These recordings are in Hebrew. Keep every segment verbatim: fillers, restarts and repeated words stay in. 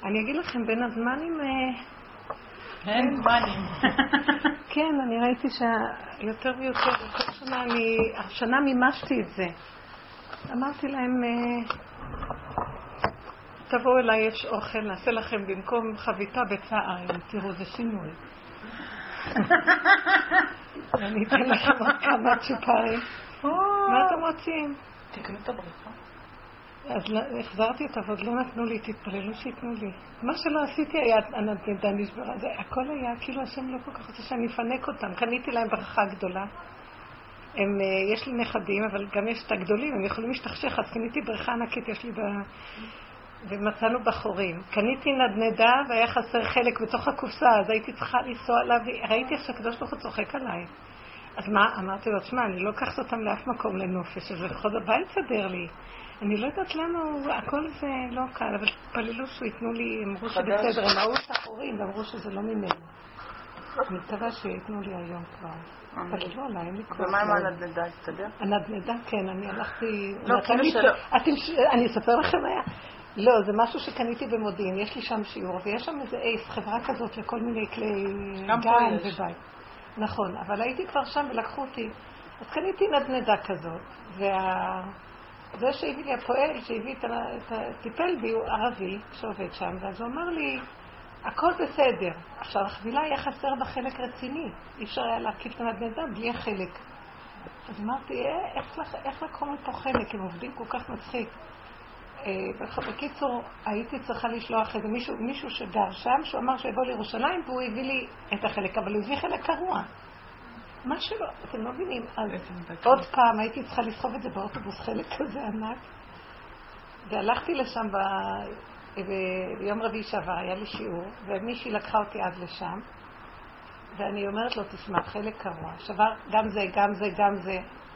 אני אגיד לכם, בין הזמנים... אין זמנים. כן, אני ראיתי שיותר ויותר, כל שנה אני... השנה מימשתי את זה. אמרתי להם, תבואו אליי, יש אוכל, נעשה לכם במקום חביתה בצער, תראו, זה שינוי. אני אתן לכם עוד כמה צ'ופרים. מה אתם רוצים? תקנו את הבריכה. אז החזרתי אותה ועוד לא נתנו לי, תתפללו שיתנו לי. מה שלא עשיתי היה הנדנדה נשברה. הכל היה כאילו השם לא כל כך רוצה שאני אפנק אותם. קניתי להם ברכה גדולה. הם, יש לי נכדים, אבל גם יש את הגדולים, הם יכולים להשתכשך, אז קניתי ברכה ענקית, יש לי ב... ומצאנו בחורים. קניתי נדנדה והיה חסר חלק בתוך הקופסה, אז הייתי צריכה לנסוע עליו, ראיתי שהקדוש ברוך הוא צוחק עליי. אז מה? אמרתי לו, תשמע, אני לא אקח אותם לאף מקום לנופש, אז לפחות הבית סדר לי. אני לא יודעת לנו, הכל זה לא קל, אבל תפללו שהוא ייתנו לי, אמרו שבסדר, הם ראו את החורים, ואמרו שזה לא ממנו. אני מקווה שיתנו לי היום כבר. תפללו עליי, אין לי כבר. ומה עם הנדנדה, הסתדר? הנדנדה, כן, אני הלכתי... לא, כאילו שלא. אני אספר לכם היה. לא, זה משהו שקניתי במודיעין, יש לי שם שיעור, ויש שם איזה אייס, חברה כזאת לכל מיני כלי גן ובית. נכון, אבל הייתי כבר שם ולקחו אותי. אז קניתי נדנדה כזאת, וזה שהביא לי הפועל, שהביא את הטיפל בי, הוא ערבי שעובד שם, ואז הוא אמר לי, הכל בסדר. עכשיו, החבילה היה חסר בחלק רציני, אי אפשר היה להקיף את הנדנדה בלי החלק. אז אמרתי, איך לקחו מפה חלק, הם עובדים כל כך מצחיק. בקיצור, הייתי צריכה לשלוח איזה מישהו, מישהו שגר שם, שהוא אמר שיבוא לירושלים, והוא הביא לי את החלק, אבל הוא הביא חלק קרוע. מה שלא, אתם לא מבינים. אז עוד פעם הייתי צריכה לסחוב את זה באוטובוס, חלק כזה ענק. והלכתי לשם ב... ביום רביעי שעבר, היה לי שיעור, ומישהי לקחה אותי עד לשם, ואני אומרת לו, תשמע, חלק קרוע. שבר גם זה, גם זה, גם זה.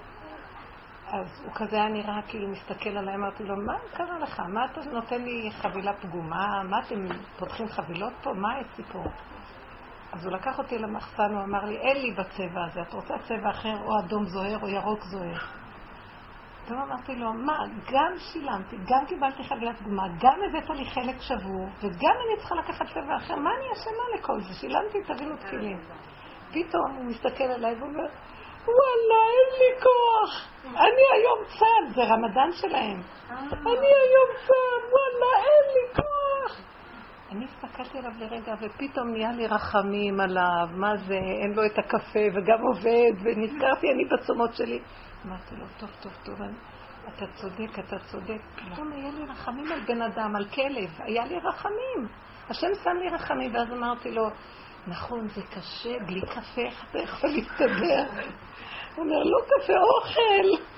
אז הוא כזה היה נראה, כאילו מסתכל עליי, אמרתי לו, מה קרה לך? מה אתה נותן לי חבילה פגומה? מה אתם פותחים חבילות פה? מה הסיפור? אז הוא לקח אותי למחסן, הוא אמר לי, אין לי בצבע הזה, את רוצה צבע אחר, או אדום זוהר, או ירוק זוהר. אז אמרתי לו, מה? גם שילמתי, גם קיבלתי חבילה פגומה, גם הבאת לי חלק שבור, וגם אני צריכה לקחת צבע אחר, מה אני אשמה לכל זה? שילמתי, תבינו תקילים. פתאום הוא מסתכל עליי ואומר, וואלה, אין לי כוח. אני היום צם, זה רמדאן שלהם. אני היום צם, וואלה, אין לי כוח. אני הסתכלתי עליו לרגע, ופתאום נהיה לי רחמים עליו. מה זה, אין לו את הקפה וגם עובד, ונזכרתי אני בצומות שלי. אמרתי לו, טוב, טוב, טוב, אתה צודק, אתה צודק. פתאום היה לי רחמים על בן אדם, על כלב. היה לי רחמים. השם שם לי רחמים, ואז אמרתי לו, נכון, זה קשה, בלי קפה, איך אתה יכול להסתדר? הוא אומר, לא קפה, אוכל.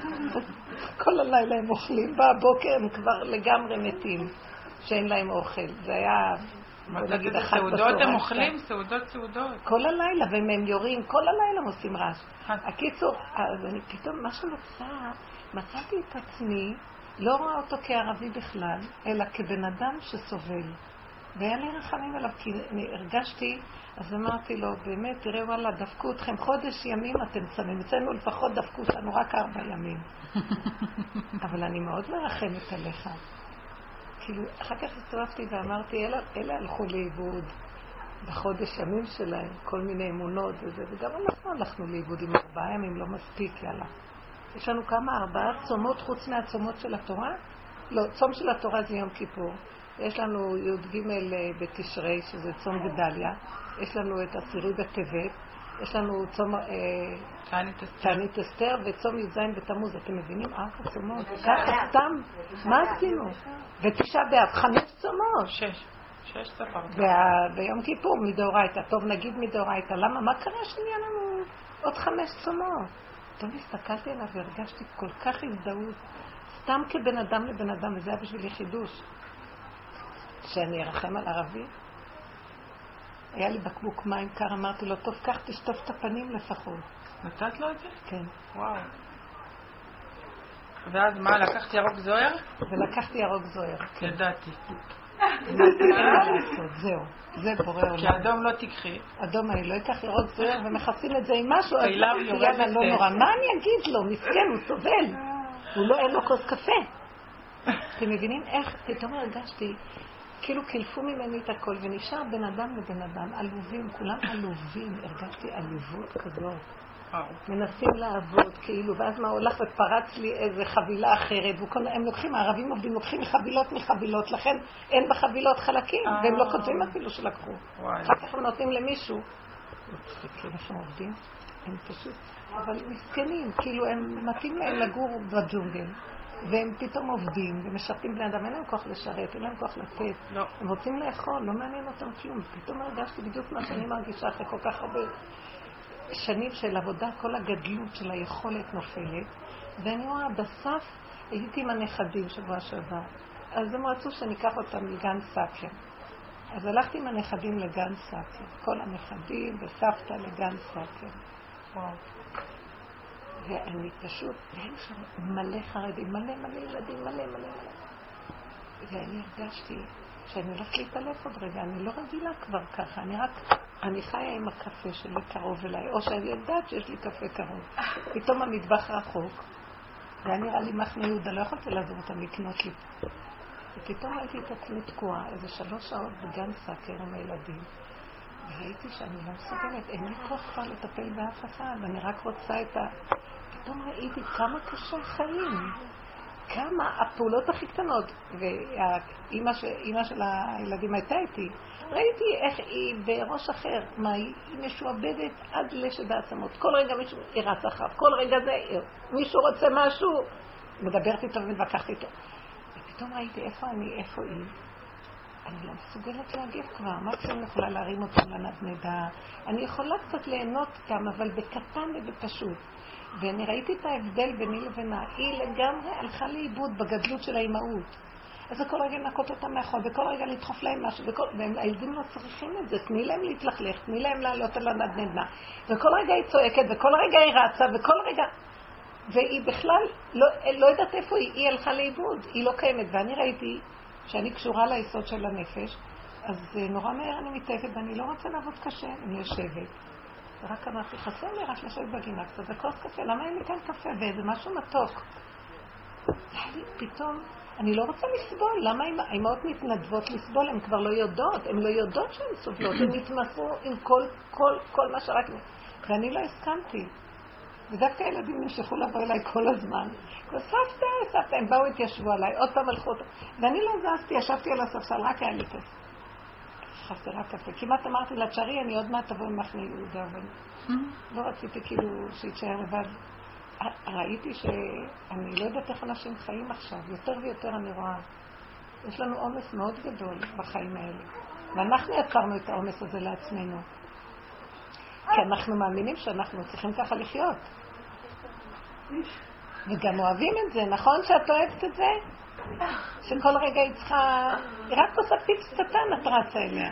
כל הלילה הם אוכלים, בבוקר הם כבר לגמרי מתים, שאין להם אוכל. זה היה, בוא נגיד, אחת בסורה. סעודות הם אוכלים? סעודות, סעודות. כל הלילה, והם יורים, כל הלילה הם עושים רעש. הקיצור, אז אני פתאום, מה שמצא, מצאתי את עצמי, לא רואה אותו כערבי בכלל, אלא כבן אדם שסובל. והיה לי רחמים עליו, כי אני הרגשתי, אז אמרתי לו, באמת, תראה, וואלה, דפקו אתכם חודש ימים, אתם צמים, אצלנו לפחות דפקו אותנו רק ארבע ימים. אבל אני מאוד מרחמת עליך. כאילו, אחר כך הסתובבתי ואמרתי, אלה, אלה הלכו לאיבוד בחודש ימים שלהם, כל מיני אמונות וזה, וגם אנחנו הלכנו לאיבוד עם ארבעה ימים, לא מספיק, יאללה. יש לנו כמה, ארבעה צומות חוץ מהצומות של התורה? לא, צום של התורה זה יום כיפור. יש לנו י"ג בתשרי, שזה צום גדליה. יש לנו את עשירי בטבת. יש לנו צום תענית אסתר וצום י"ז בתמוז. אתם מבינים? ארבע צומות. ככה סתם. מה עשינו? ותשעה באב, חמש צומות. שש. שש ספר. ביום כיפור מדאורייתא. טוב, נגיד מדאורייתא. למה? מה קרה שנהיה לנו עוד חמש צומות? טוב, הסתכלתי עליו והרגשתי כל כך הזדהות. סתם כבן אדם לבן אדם, וזה היה בשבילי חידוש. שאני ארחם על ערבי. היה לי בקבוק מים קר, אמרתי לו, טוב, כך תשטוף את הפנים לפחות. נתת לו את זה? כן. וואו. ואז מה, לקחת ירוק זוהר? ולקחתי ירוק זוהר, כן. ידעתי. זהו, זה בורא עולם. כי אדום לא תקחי. אדום אני לא אקח ירוק זוהר ומחסים את זה עם משהו, אז יאללה, לא נורא. מה אני אגיד לו? מסכן, הוא סובל. הוא לא, אין לו כוס קפה. אתם מבינים איך? פתאום הרגשתי, כאילו קלפו ממני את הכל, ונשאר בן אדם לבן אדם, עלובים, כולם עלובים, הרגשתי עליבות כזאת. מנסים לעבוד כאילו, ואז מה הולך ופרץ לי איזה חבילה אחרת, הם לוקחים, הערבים עובדים, לוקחים חבילות מחבילות, לכן אין בחבילות חלקים, והם לא כותבים אפילו שלקחו. אחר כך הם נותנים למישהו. כאילו שהם עובדים, הם פשוט, אבל מסכנים, כאילו הם מתאים להם לגור בג'ונגל, והם פתאום עובדים ומשרתים בני אדם, אין להם כוח לשרת, אין להם כוח לתת, לא. הם רוצים לאכול, לא מעניין אותם כלום. פתאום הרגשתי בדיוק מה שאני מרגישה אחרי כל כך הרבה שנים של עבודה, כל הגדלות של היכולת נופלת, ואני רואה, בסף הייתי עם הנכדים שבוע שעבר, אז הם רצו שניקח אותם לגן סאקר. אז הלכתי עם הנכדים לגן סאקר, כל הנכדים וסבתא לגן סאקר. וואו. ואני פשוט, ואין שם מלא חרדים, מלא מלא ילדים, מלא מלא מלא. ואני הרגשתי שאני הולכת להתעלף עוד רגע, אני לא רגילה כבר ככה, אני רק, אני חיה עם הקפה שלי קרוב אליי, או שאני יודעת שיש לי קפה קרוב. פתאום המטבח רחוק, והיה נראה לי מחנה יהודה, לא יכולתי לעזור אותם לקנות לי. ופתאום ראיתי את עצמי תקועה, איזה שלוש שעות בגן סאקר עם הילדים. וראיתי שאני לא מסוגלת, אין לי כוח כבר לטפל באף אחד, ואני רק רוצה את ה... פתאום ראיתי כמה קשה החיים, כמה הפעולות הכי קטנות, ואימא ש... של הילדים הייתה איתי, ראיתי איך היא בראש אחר, מה היא משועבדת עד לשד העצמות, כל רגע מישהו ירץ אחריו, כל רגע זה, מישהו רוצה משהו, מדברת איתו ומתווכחת איתו. ופתאום ראיתי איפה אני, איפה היא. אני לא מסוגלת להגיב כבר, מקסימום יכולה להרים אותם לנדנדה, אני יכולה קצת ליהנות אותם, אבל בקטן ובפשוט. ואני ראיתי את ההבדל ביני לבינה, היא לגמרי הלכה לאיבוד בגדלות של האימהות. אז זה כל רגע לנקות אותם מאחור, וכל רגע לדחוף להם משהו, וכל... והילדים לא צריכים את זה, תני להם להתלכלך, תני להם לעלות על הנדנדה. וכל רגע היא צועקת, וכל רגע היא רצה, וכל רגע... והיא בכלל לא, לא יודעת איפה היא, היא הלכה לאיבוד, היא לא קיימת. ואני ראיתי שאני קשורה ליסוד של הנפש, אז נורא מהר אני מתאפת ואני לא רוצה לעבוד קשה, אני יושבת. ורק אמרתי, חסר לי רק לשבת בגינה קצת, וכוס קפה, למה אין לי כאן קפה ואיזה משהו מתוק? פתאום, אני לא רוצה לסבול, למה האמהות מתנדבות לסבול? הן כבר לא יודעות, הן לא יודעות שהן סובלות, הן התמסרו עם כל, כל, כל מה שרק... ואני לא הסכמתי. ודווקא הילדים נמשכו לבוא אליי כל הזמן. סבתא, סבתא, הם באו התיישבו עליי, עוד פעם הלכו אותם. ואני לא זזתי, ישבתי על הספסל, רק היה לי כזה. חסרה קפה. כמעט אמרתי לה, תשארי, אני עוד מעט תבוא עם מחנה יהודה, אבל לא רציתי כאילו שיתשאר לבד. ראיתי שאני לא יודעת איך אנשים חיים עכשיו, יותר ויותר אני רואה. יש לנו עומס מאוד גדול בחיים האלה. ואנחנו יצרנו את העומס הזה לעצמנו. כי אנחנו מאמינים שאנחנו צריכים ככה לחיות. וגם אוהבים את זה, נכון שאת אוהבת את זה? שכל רגע היא צריכה... היא רק עושה פיפס קטן, את רצה אליה.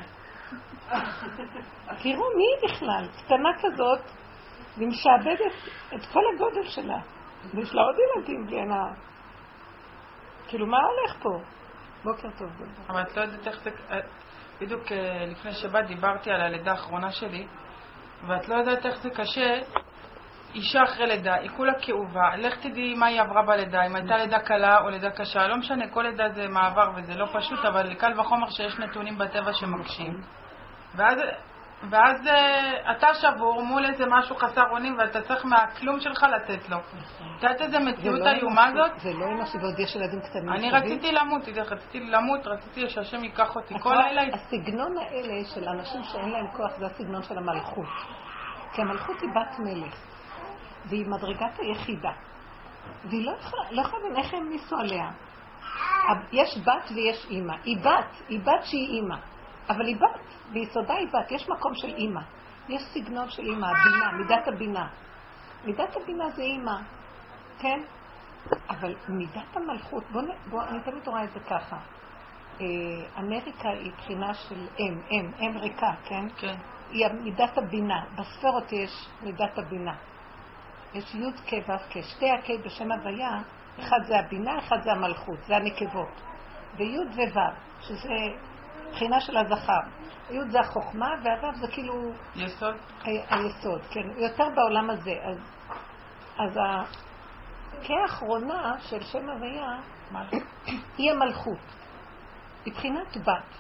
תראו מי היא בכלל, קטנה כזאת, והיא משעבדת את כל הגודל שלה. ויש לה עוד ילדים בלי הנאה. כאילו, מה הולך פה? בוקר טוב. אבל את לא יודעת איך זה... בדיוק לפני שבת דיברתי על הלידה האחרונה שלי, ואת לא יודעת איך זה קשה, אישה אחרי לידה, היא כולה כאובה, לך תדעי מה היא עברה בלידה, אם הייתה לידה קלה או לידה קשה, לא משנה, כל לידה זה מעבר וזה לא פשוט, אבל קל וחומר שיש נתונים בטבע שמקשים. ואז, ואז אתה שבור מול איזה משהו חסר אונים, ואתה צריך מהכלום שלך לתת לו. את יודעת איזה מציאות האיומה הזאת? זה לא אנושי, ועוד יש ילדים קטנים. אני רציתי למות, רציתי למות, רציתי שהשם ייקח אותי כל לילה. הסגנון האלה של אנשים שאין להם כוח, זה הסגנון של המלכות. כי המלכות היא בת מלך, והיא מדרגת היחידה. והיא לא יכולה, לא יכולה בין איך הם ניסו עליה. יש בת ויש אימא. היא בת, היא בת שהיא אימא. אבל היא בת, ביסודה היא בת, יש מקום של אימא. יש סגנון של אימא, הבינה, מידת הבינה. מידת הבינה זה אימא, כן? אבל מידת המלכות, בוא, בוא, אני תמיד רואה את זה ככה. אה, אמריקה היא בחינה של אם, אם, אם ריקה, כן? כן. היא מידת הבינה. בספרות יש מידת הבינה. יש י' כ' ו' כ', שתי הכ' בשם הוויה, אחד זה הבינה, אחד זה המלכות, זה הנקבות. וי' וו', שזה בחינה של הזכר. י' זה החוכמה, והו' זה כאילו... יסוד? ה- היסוד, כן. יותר בעולם הזה. אז, אז ה... כאחרונה של שם הוויה, היא המלכות. מבחינת בת.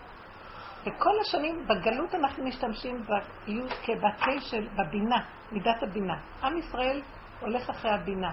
וכל השנים בגלות אנחנו משתמשים ביוד כבתי של בבינה, מידת הבינה. עם ישראל הולך אחרי הבינה.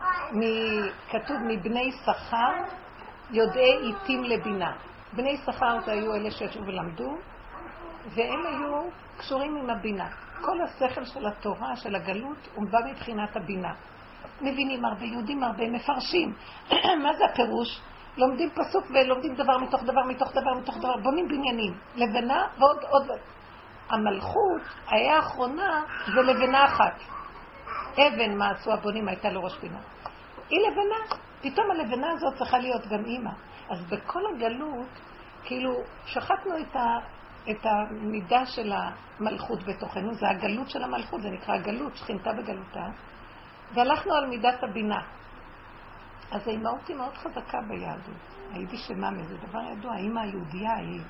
כתוב מבני שכר יודעי עיתים לבינה. בני שכר זה היו אלה שישבו ולמדו, והם היו קשורים עם הבינה. כל השכל של התורה, של הגלות, הוא בא מבחינת הבינה. מבינים הרבה, יהודים הרבה, מפרשים. מה זה הפירוש? לומדים פסוק ולומדים דבר מתוך דבר מתוך דבר מתוך דבר, בונים בניינים. לבנה ועוד עוד. המלכות היה האחרונה זה לבנה אחת. אבן מה עשו הבונים, הייתה לו ראש פינה. היא לבנה, פתאום הלבנה הזאת צריכה להיות גם אימא. אז בכל הגלות, כאילו שחטנו את, ה, את המידה של המלכות בתוכנו, זה הגלות של המלכות, זה נקרא הגלות, שכינתה בגלותה, והלכנו על מידת הבינה. אז האימהות היא מאוד חזקה ביהדות. היידיש שמאמי, זה דבר ידוע, האימא היהודייה היא.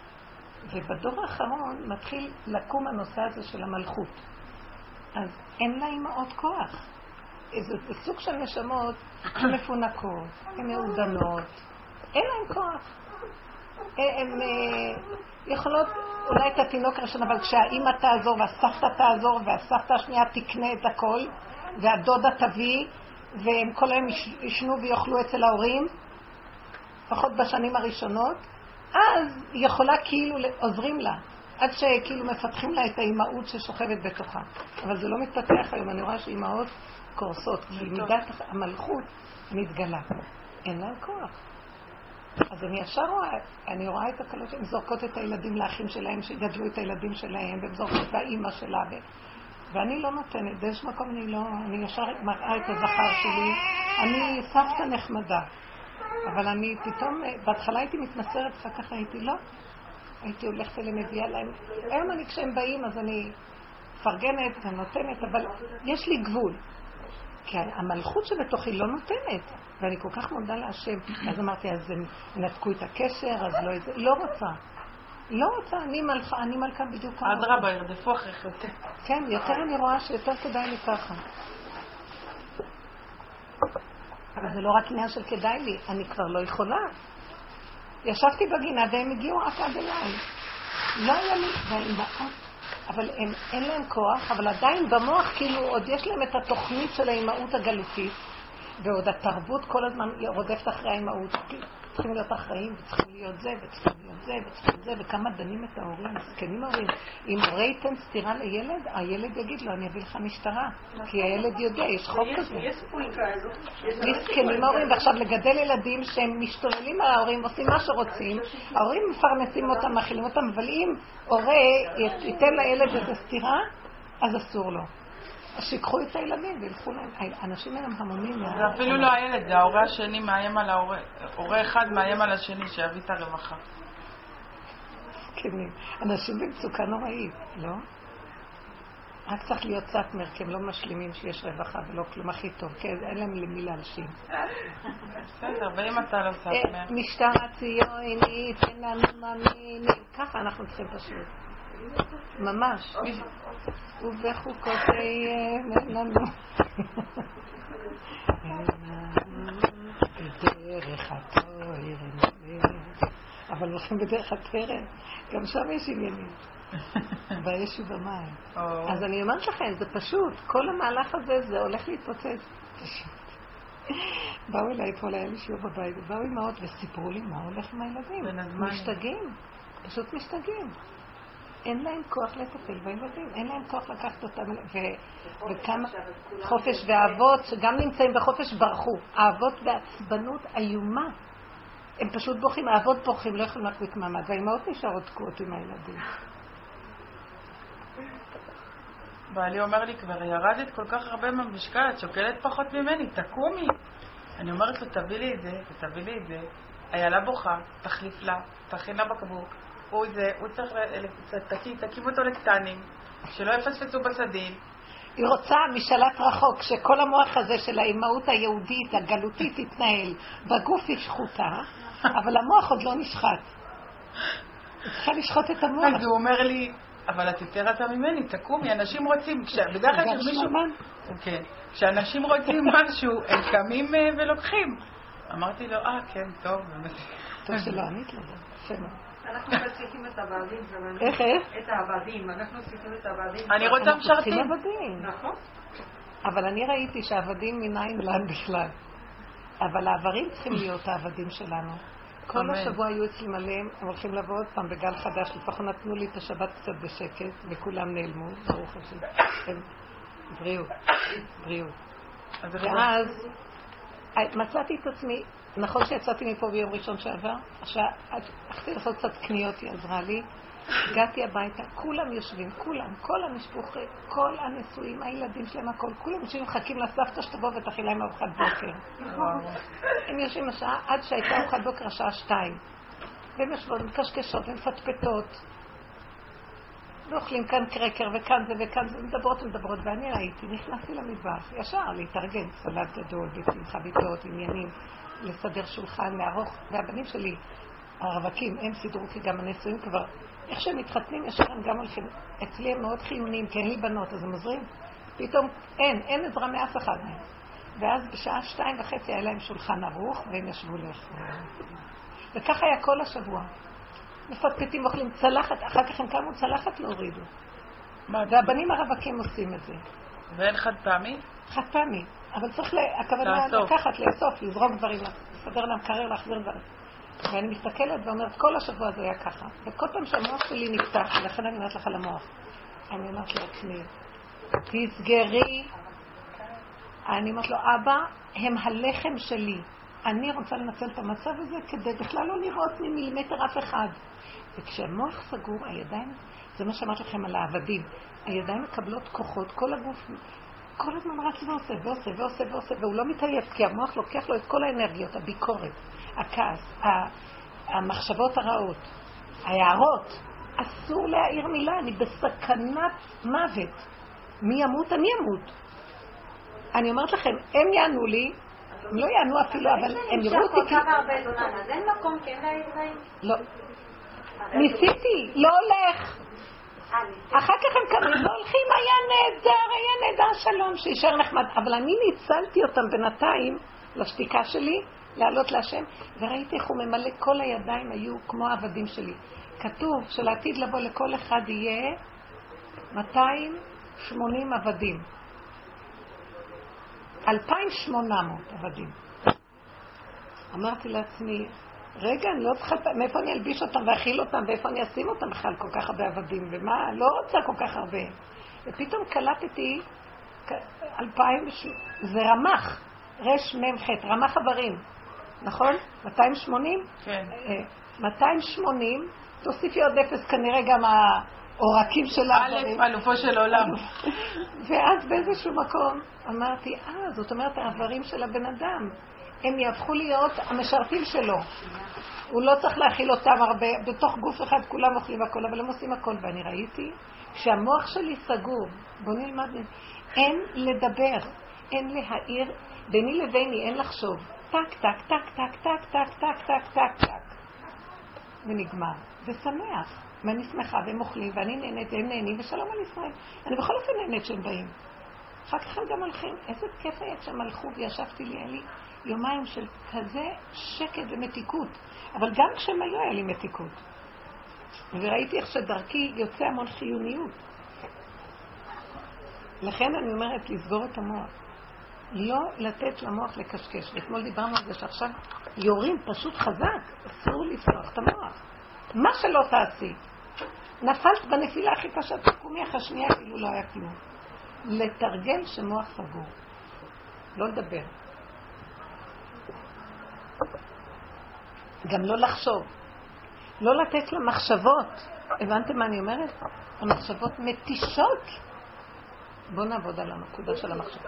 ובדור האחרון מתחיל לקום הנושא הזה של המלכות. אז אין לה אימהות כוח. זה סוג של נשמות מפונקות, הן מעודנות, אין להן כוח. הן יכולות אולי את התינוק הראשון, אבל כשהאימא תעזור והסבתא תעזור והסבתא השנייה תקנה את הכל והדודה תביא והם כל היום ישנו ויאכלו אצל ההורים, לפחות בשנים הראשונות, אז היא יכולה כאילו עוזרים לה, עד שכאילו מפתחים לה את האימהות ששוכבת בתוכה. אבל זה לא מתפתח היום, אני רואה שאימהות קורסות, כי מידת המלכות מתגלה. אין להם כוח. אז אני ישר רואה, אני רואה את הקלות שהן זורקות את הילדים לאחים שלהם, שגדלו את הילדים שלהם, והן זורקות לאמא שלה, ו... ואני לא נותנת, באיזשהו מקום אני לא, אני ישר מראה את הזכר שלי, אני סבתא נחמדה. אבל אני פתאום, בהתחלה הייתי מתנסרת, אחר כך הייתי לא. הייתי הולכת אליהם, מביאה להם. היום אני, כשהם באים, אז אני פרגנת ונותנת, אבל יש לי גבול. כי המלכות שבתוכי לא נותנת, ואני כל כך מודה להשם. אז אמרתי, אז הם נתקו את הקשר, אז לא, לא רוצה. לא רוצה, אני מלכה, אני מלכה בדיוק ככה. אדרבה, ירדפו אחריך יותר. כן, יותר אני רואה שיותר כדאי לי ככה. אבל זה לא רק עניין של כדאי לי, אני כבר לא יכולה. ישבתי בגינה והם הגיעו רק עד אליי. לא היה לי, והאימהות, אבל הם, אין להם כוח, אבל עדיין במוח כאילו עוד יש להם את התוכנית של האימהות הגלותית, ועוד התרבות כל הזמן רודפת אחרי האימהות. צריכים להיות אחראים, וצריכים להיות זה, וצריכים להיות זה, וצריכים להיות זה, וכמה דנים את ההורים, מסכנים ההורים. אם הורה ייתן סתירה לילד, הילד יגיד לו, אני אביא לך משטרה, כי הילד יודע, יש חוק כזה. מסכנים ההורים, ועכשיו לגדל ילדים שהם משתוללים על ההורים, עושים מה שרוצים, ההורים מפרנסים אותם, מאכילים אותם, אבל אם הורה ייתן לילד איזו סתירה, אז אסור לו. אז שיקחו את הילדים וילכו להם. אנשים הם המונים. זה אפילו לא הילד, זה ההורה השני מאיים על ההורה. הורה אחד מאיים על השני שיביא את הרווחה. זקנים. אנשים במצוקה נוראית, לא? רק צריך להיות סאטמר, כי הם לא משלימים שיש רווחה ולא כלום הכי טוב, כי אין להם למי להלשים. בסדר, ואם אתה לא סאטמר? משטר הציוני, תן לנו מאמינים. ככה אנחנו צריכים פשוט. ממש. ובחוקותי אין לנו. אין לנו בדרך התורה. אבל הולכים בדרך התורה. גם שם יש עניינים. בישו במים. אז אני אומרת לכם, זה פשוט. כל המהלך הזה, זה הולך להתפוצץ. באו אליי פה, היה לי שיעור בבית, ובאו אמהות וסיפרו לי מה הולך עם הילדים. משתגעים. פשוט משתגעים. אין להם כוח לטפל בילדים, אין להם כוח לקחת אותם, וכמה חופש ואהבות שגם נמצאים בחופש ברחו. האהבות בעצבנות איומה. הם פשוט בורחים, האהבות בורחים, לא יכולים להחזיק מעמד, והאימהות נשארות תקועות עם הילדים. בעלי אומר לי, כבר ירדת כל כך הרבה מהמשקל, את שוקלת פחות ממני, תקומי. אני אומרת לו, תביא לי את זה, תביא לי את זה. איילה בוכה, תחליף לה, תכין לה בקבוק. הוא זה, הוא צריך, תקים אותו לקטנים, שלא יפספסו בסדין. היא רוצה משלט רחוק, שכל המוח הזה של האימהות היהודית, הגלותית, יתנהל. בגוף היא שחוטה, אבל המוח עוד לא נשחט. היא צריכה לשחוט את המוח. אז הוא אומר לי, אבל את יותר רצה ממני, תקומי, אנשים רוצים, בדרך כלל שמישהו... כן, כשאנשים רוצים משהו, הם קמים ולוקחים. אמרתי לו, אה, כן, טוב, באמת. טוב שלא ענית לזה. אנחנו צריכים את העבדים. איך, איך? את העבדים. אנחנו צריכים את העבדים. אני רוצה משרתים. אנחנו צריכים עבדים. נכון. אבל אני ראיתי שהעבדים מנין לן בכלל. אבל העברים צריכים להיות העבדים שלנו. כל השבוע היו אצלי מלא, הם הולכים לבוא עוד פעם בגל חדש, לפחות נתנו לי את השבת קצת בשקט, וכולם נעלמו, ברוך השם. בריאות, בריאות. ואז מצאתי את עצמי, נכון שיצאתי מפה ביום ראשון שעבר, הלכתי לעשות קצת קניות, היא עזרה לי, הגעתי הביתה, כולם יושבים, כולם, כל המשפחה, כל הנשואים, הילדים שלהם, הכל, כולם יושבים מחכים לסבתא שתבוא ותאכילה עם ארוחת בוקר. הם יושבים השעה, עד שהייתה ארוחת בוקר השעה שתיים. והם יושבות, מקשקשות, ומפטפטות. ואוכלים כאן קרקר וכאן זה וכאן זה, מדברות ומדברות, ואני ראיתי, נכנסתי למטבח, ישר להתארגן, סלט גדול, ביצים חביתות, עניינים, לסדר שולחן, לערוך, והבנים שלי, הרווקים, הם סידרו כי גם הנשואים כבר, איך שהם מתחתנים, ישר הם גם הולכים, אצלי הם מאוד חיוניים, כי אין לי בנות, אז הם עוזרים, פתאום אין, אין עזרה מאף אחד מהם. ואז בשעה שתיים וחצי היה להם שולחן ערוך, והם ישבו לאכול. וככה היה כל השבוע. מפטפטים, אוכלים צלחת, אחר כך הם קמו צלחת להורידו. והבנים הרווקים עושים את זה. ואין חד פעמי? חד פעמי. אבל צריך, הכוונה לקחת, לאסוף, לזרוק דברים, לסדר למקרר, להחזיר דברים. ואני מסתכלת ואומרת, כל השבוע זה היה ככה. וכל פעם שהמוח שלי נפתח, ולכן אני אומרת לך למוח, אני אומרת לעצמי, תסגרי. אני אומרת לו, אבא, הם הלחם שלי. אני רוצה לנצל את המצב הזה כדי בכלל לא לראות ממילימטר אף אחד. וכשהמוח סגור, הידיים, זה מה שאמרת לכם על העבדים, הידיים מקבלות כוחות, כל הגוף, כל הזמן רץ ועושה ועושה ועושה ועושה, והוא לא מתעייף, כי המוח לוקח לו את כל האנרגיות, הביקורת, הכעס, המחשבות הרעות, ההערות. אסור להעיר מילה, אני בסכנת מוות. מי ימות? אני אמות. אני אומרת לכם, הם יענו לי, הם לא יענו אפילו, אבל הם יראו אותי כי... אז אין מקום, כן להיראים? לא. ניסיתי, לא הולך. אחר כך הם כמה לא הולכים, היה נהדר, היה נהדר, שלום, שישאר נחמד. אבל אני ניצלתי אותם בינתיים לשתיקה שלי, לעלות להשם, וראיתי איך הוא ממלא, כל הידיים היו כמו העבדים שלי. כתוב שלעתיד לבוא לכל אחד יהיה מאתיים ושמונים עבדים. אלפיים ושמונה מאות עבדים. אמרתי לעצמי, רגע, אני לא צריכה, מאיפה אני אלביש אותם ואכיל אותם, ואיפה אני אשים אותם בכלל כל כך הרבה עבדים, ומה, לא רוצה כל כך הרבה. ופתאום קלטתי, אלפיים, זה רמח, רש ממחת, רמח עברים, נכון? מאתיים ושמונים? כן. מאתיים ושמונים, תוסיפי עוד אפס, כנראה גם העורקים של העברים. א', אלופו של עולם. ואז באיזשהו מקום אמרתי, אה, זאת אומרת, העברים של הבן אדם, הם יהפכו להיות המשרתים שלו. הוא לא צריך להכיל אותם הרבה, בתוך גוף אחד כולם אוכלים הכל, אבל הם עושים הכל. ואני ראיתי שהמוח שלי סגור, בוא נלמד, אין לדבר, אין להעיר, ביני לביני אין לחשוב. טק, טק, טק, טק, טק, טק, טק, טק, טק, טק. ונגמר. ושמח. ואני שמחה והם אוכלים, ואני נהנית והם נהנים, ושלום על ישראל. אני בכל אופן נהנית שהם באים. אחר כך הם גם הולכים. איזה כיף היה שהם הלכו וישבתי לי, היה לי יומיים של כזה שקט ומתיקות. אבל גם כשהם היו היה לי מתיקות. וראיתי איך שדרכי יוצא המון חיוניות. לכן אני אומרת לסגור את המוח. לא לתת למוח לקשקש. ואתמול דיברנו על זה שעכשיו יורים פשוט חזק. אסור לפתוח את המוח. מה שלא תעשי. נפלת בנפילה הכי קשה, תקומי אחרי שנייה כאילו לא היה כלום. לתרגל שמוח סגור. לא לדבר. גם לא לחשוב. לא לתת למחשבות. הבנתם מה אני אומרת? המחשבות מתישות. בואו נעבוד על הנקודה של המחשבות.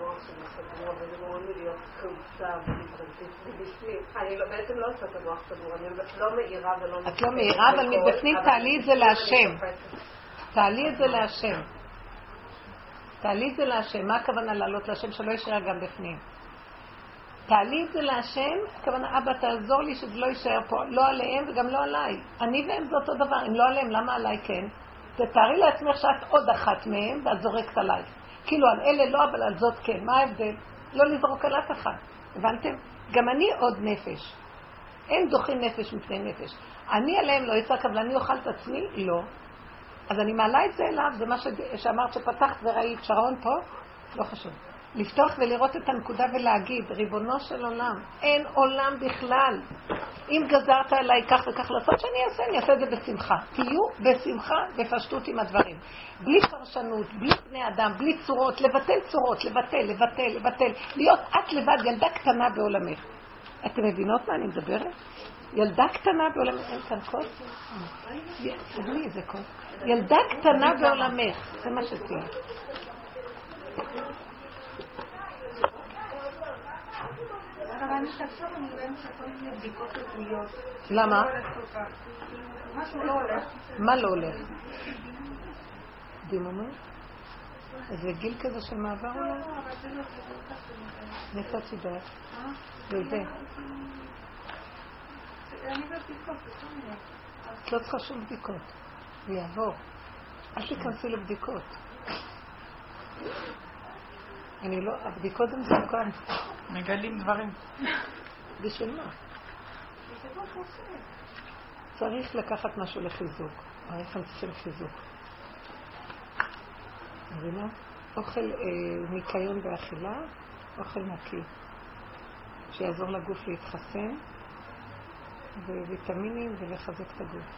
אני בעצם לא עושה את המוח סגור, אני לא מאירה ולא... את לא מאירה, אבל מבפנים תעלי את זה להשם. תעלי את זה להשם. תעלי את זה להשם. מה הכוונה לעלות להשם? שלא יישאר גם בפנים. תעלי את זה להשם, הכוונה, אבא תעזור לי שזה לא יישאר פה, לא עליהם וגם לא עליי. אני והם זה אותו דבר, אם לא עליהם, למה עליי כן? תתארי לעצמך שאת עוד אחת מהם ואת זורקת עליי. כאילו על אלה לא, אבל על זאת כן. מה ההבדל? לא לזרוק על אף אחד. הבנתם? גם אני עוד נפש. אין דוחים נפש מפני נפש. אני עליהם לא יצעק, אבל אני אוכל את עצמי? לא. אז אני מעלה את זה אליו, זה מה ש... שאמרת שפתחת וראית, שרון פה? לא חשוב. לפתוח ולראות את הנקודה ולהגיד, ריבונו של עולם, אין עולם בכלל. אם גזרת עליי כך וכך לעשות, שאני אעשה, אני אעשה את זה בשמחה. תהיו בשמחה ופשטות עם הדברים. בלי פרשנות, בלי בני אדם, בלי צורות, לבטל צורות, לבטל, לבטל, לבטל. להיות את לבד, ילדה קטנה בעולמך. אתם מבינות מה אני מדברת? ילדה קטנה בעולמך. אין כאן כוס? תבלי איזה כוס. ילדה קטנה בעולמך. זה מה שתהיה. אבל אני חושב, אני רואה שכל מיני בדיקות רפואיות. למה? משהו לא הולך. מה לא הולך? דימומים? איזה גיל כזה של מעבר אולי? נצא צידרת. וזה. אני בבדיקות, זה לא נראה. את לא צריכה שום בדיקות. זה יעבור. אל תיכנסי לבדיקות. אני לא, הבדיקות הן מסוכן. מגלים דברים. בשביל מה? צריך לקחת משהו לחיזוק. הרי אנחנו צריכים חיזוק. מבינה? אוכל אה, ניקיון באכילה, אוכל נקי. שיעזור לגוף להתחסן, וויטמינים ולחזק את הגוף.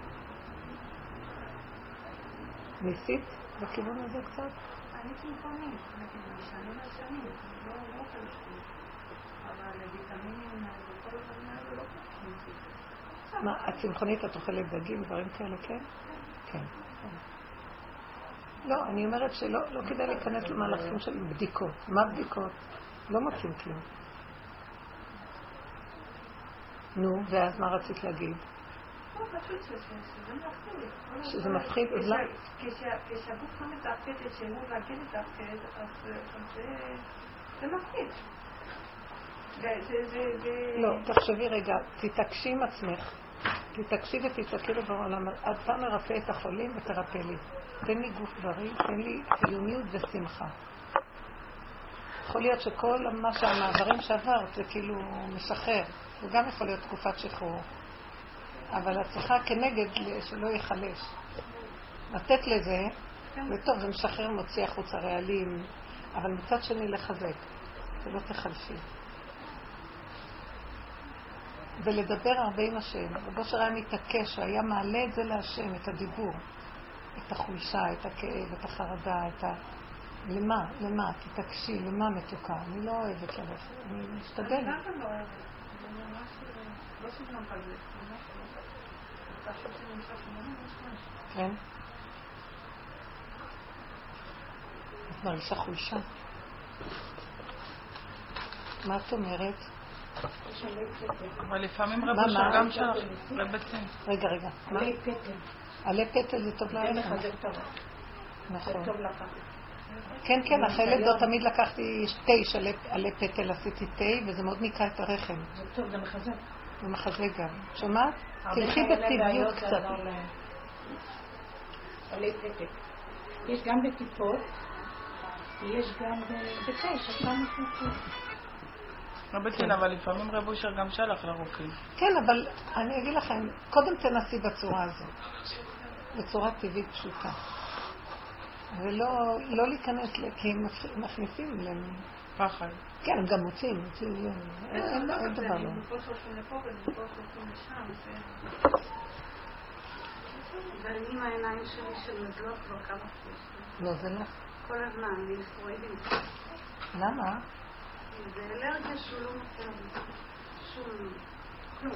ניסית בכיוון הזה קצת? אני צמחונית, משנים על שנים, לא אוכל שלי, אבל ויטמינים וכל הדברים האלה לא פחות. מה, הצמחונית את אוכלת דגים, דברים כאלה, כן? כן. לא, אני אומרת שלא לא כדאי להיכנס למהלכים של בדיקות. מה בדיקות? לא מוצאים כלום. נו, ואז מה רצית להגיד? שזה מפחיד, אז למה? כשהגוף לא מתפקד, שהוא רגיל לתפקד, אז זה מפחיד. לא, תחשבי רגע, תתעקשי עם עצמך, תתעקשי ותתעקי לבעולם, אתה מרפא את החולים ותרפא לי. תן לי גוף בריא, תן לי חיוניות ושמחה. יכול להיות שכל מה שהמעברים שעברת זה כאילו משחרר, זה גם יכול להיות תקופת שחרור. אבל את צריכה כנגד שלא יחלש. לתת לזה, וטוב, זה משחרר מוציא החוץ הרעלים, אבל מצד שני לחזק, זה לא תחלשי. ולדבר הרבה עם השם. רבו שריה מתעקש, שהיה מעלה את זה להשם, את הדיבור, את החולשה, את הכאב, את החרדה, את ה... למה? למה? תתעקשי, למה מתוקה? אני לא אוהבת ללכת, אני משתדלת. אני גם לא אוהבת, אני ממש לא סגנון על זה, ממש לא. אתה חושב שאני נמצא שמונה, ממש. כן? את מרגישה חולשה. מה את אומרת? אבל לפעמים רבו שגם שלך, רבצים. רגע, רגע. עלי פטל. עלי פטל זה טוב זה לרחם. מחזק את הרחם. נכון. זה טוב לקחת. כן, כן, אחרי לידות תמיד לקחתי תשע עלי פטל, עשיתי תה, וזה מאוד ניקה את הרחם. זה טוב, זה מחזק. זה מחזק גם. שומעת? תלכי בטבעיות קצת. עלי פטל. יש גם בטיפות, יש גם בתה, שפה מחזק. רבצים, אבל לפעמים רבו שגם שלך לרוקים. כן, אבל אני אגיד לכם, קודם תנסי בצורה הזאת. בצורה טבעית פשוטה. ולא לא להיכנס, כי הם מכניסים להם. פחד. כן, הם גם מוצאים. אין דבר לא. ואני עם העיניים שלי של מדלות כבר כמה חודשים. לא, זה לך. כל הזמן, אני פרוידים. למה? זה אלרגיה שהוא לא נותן שום כלום.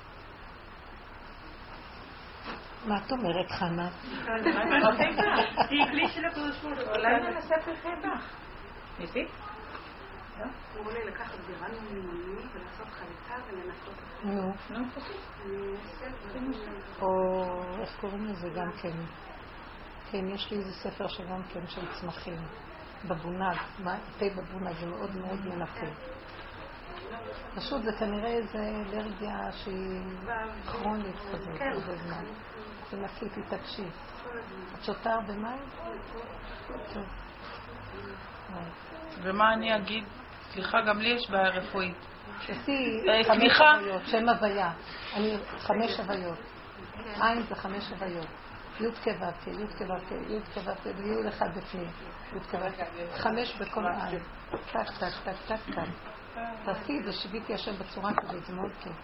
מה את אומרת, חנה? היא כלי של הקודש ברוך הוא. אולי ננסה פרחי בך. ניסית? לא? אמרו לי לקחת בירן מימוני ולעשות חליטה ולנסות את זה. נו. לא מפסיק. או איך קוראים לזה גם כן? כן, יש לי איזה ספר שגם כן של צמחים. בבונג. תה בבונג זה מאוד מאוד מנקה. פשוט זה כנראה איזה אלרגיה שהיא כרונית כזאת, איזה זמן. זה נקי, תתעקשי. את שותה הרבה מים? טוב. ומה אני אגיד? סליחה, גם לי יש בעיה רפואית. עשי חמש הוויות, שם הוויה. אני חמש הוויות. עין זה חמש הוויות. י' כו' י' כו' י' כו' וי' אחד בפנים. י' כו' חמש בכל עין. טק, טק, טק, טק, טק. תעשי את זה, שביתי השם בצורה כזאת, זה מאוד כיף.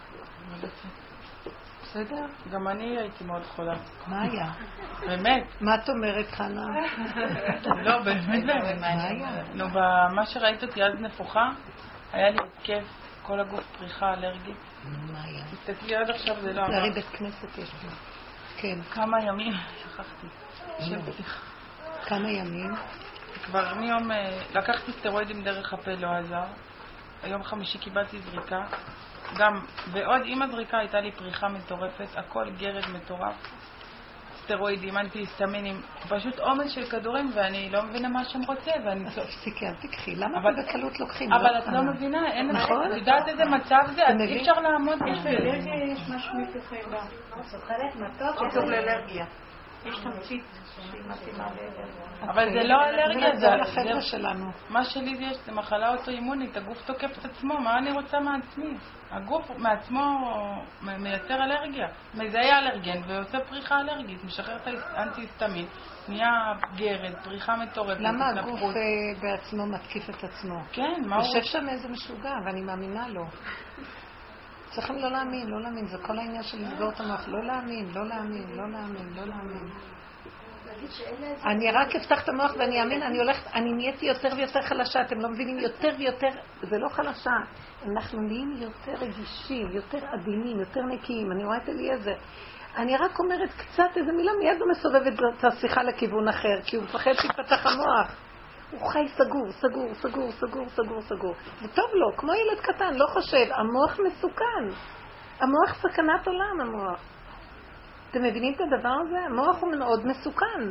בסדר? גם אני הייתי מאוד חולה. מה היה? באמת. מה את אומרת, חנה? לא, באמת באמת. מה היה? נו, במה שראית אותי אז נפוחה, היה לי התקף, כל הגוף פריחה אלרגית. מה היה? תסתכלי עד עכשיו זה לא עבר. זה הרי בית כנסת יש לי. כן. כמה ימים, שכחתי. שם פתיחה. כמה ימים? כבר מיום, לקחתי סטרואידים דרך הפה, לא עזר. היום חמישי קיבלתי זריקה. גם, ועוד עם הזריקה הייתה לי פריחה מטורפת, הכל גרד מטורף. סטרואידים, אנטי-היסטמינים, פשוט עומס של כדורים, ואני לא מבינה מה שהם רוצה, ואני... אז תפסיקי, אל תקחי. למה אתם בקלות לוקחים? אבל את לא מבינה, אין... נכון? את יודעת איזה מצב זה? אז אי אפשר לעמוד בזה. יש משהו מפרחי בה. סוכרת, מתוק, יש לו אלרגיה. יש תמצית שהיא מתאימה לאלרגיה. אבל זה לא אלרגיה, זה על החבר'ה שלנו. מה שלי זה יש, זה מחלה אוטואימונית, הגוף תוקף את עצמו, מה אני רוצה מעצמי? הגוף מעצמו מייצר אלרגיה, מזהה אלרגן ועושה פריחה אלרגית, משחרר את האנטי-היסטמין, נהיה גרד, פריחה מטורפת. למה הגוף בעצמו מתקיף את עצמו? כן, מה הוא... יושב שם איזה משוגע, ואני מאמינה לו. צריכים לא להאמין, לא להאמין, זה כל העניין של לסגור את המוח, לא להאמין, לא להאמין, לא להאמין, לא להאמין. אני רק אפתח את המוח ואני אאמין, אני הולכת, אני נהייתי יותר ויותר חלשה, אתם לא מבינים, יותר ויותר, זה לא חלשה, אנחנו נהיים יותר רגישים, יותר עדינים, יותר נקיים, אני רואה את אליעזר, אני רק אומרת קצת איזה מילה, מיד הוא מסובב את השיחה לכיוון אחר, כי הוא מפחד שיפתח המוח. הוא חי סגור, סגור, סגור, סגור, סגור, סגור. וטוב לו, כמו ילד קטן, לא חושב, המוח מסוכן. המוח סכנת עולם, המוח. אתם מבינים את הדבר הזה? המוח הוא מאוד מסוכן.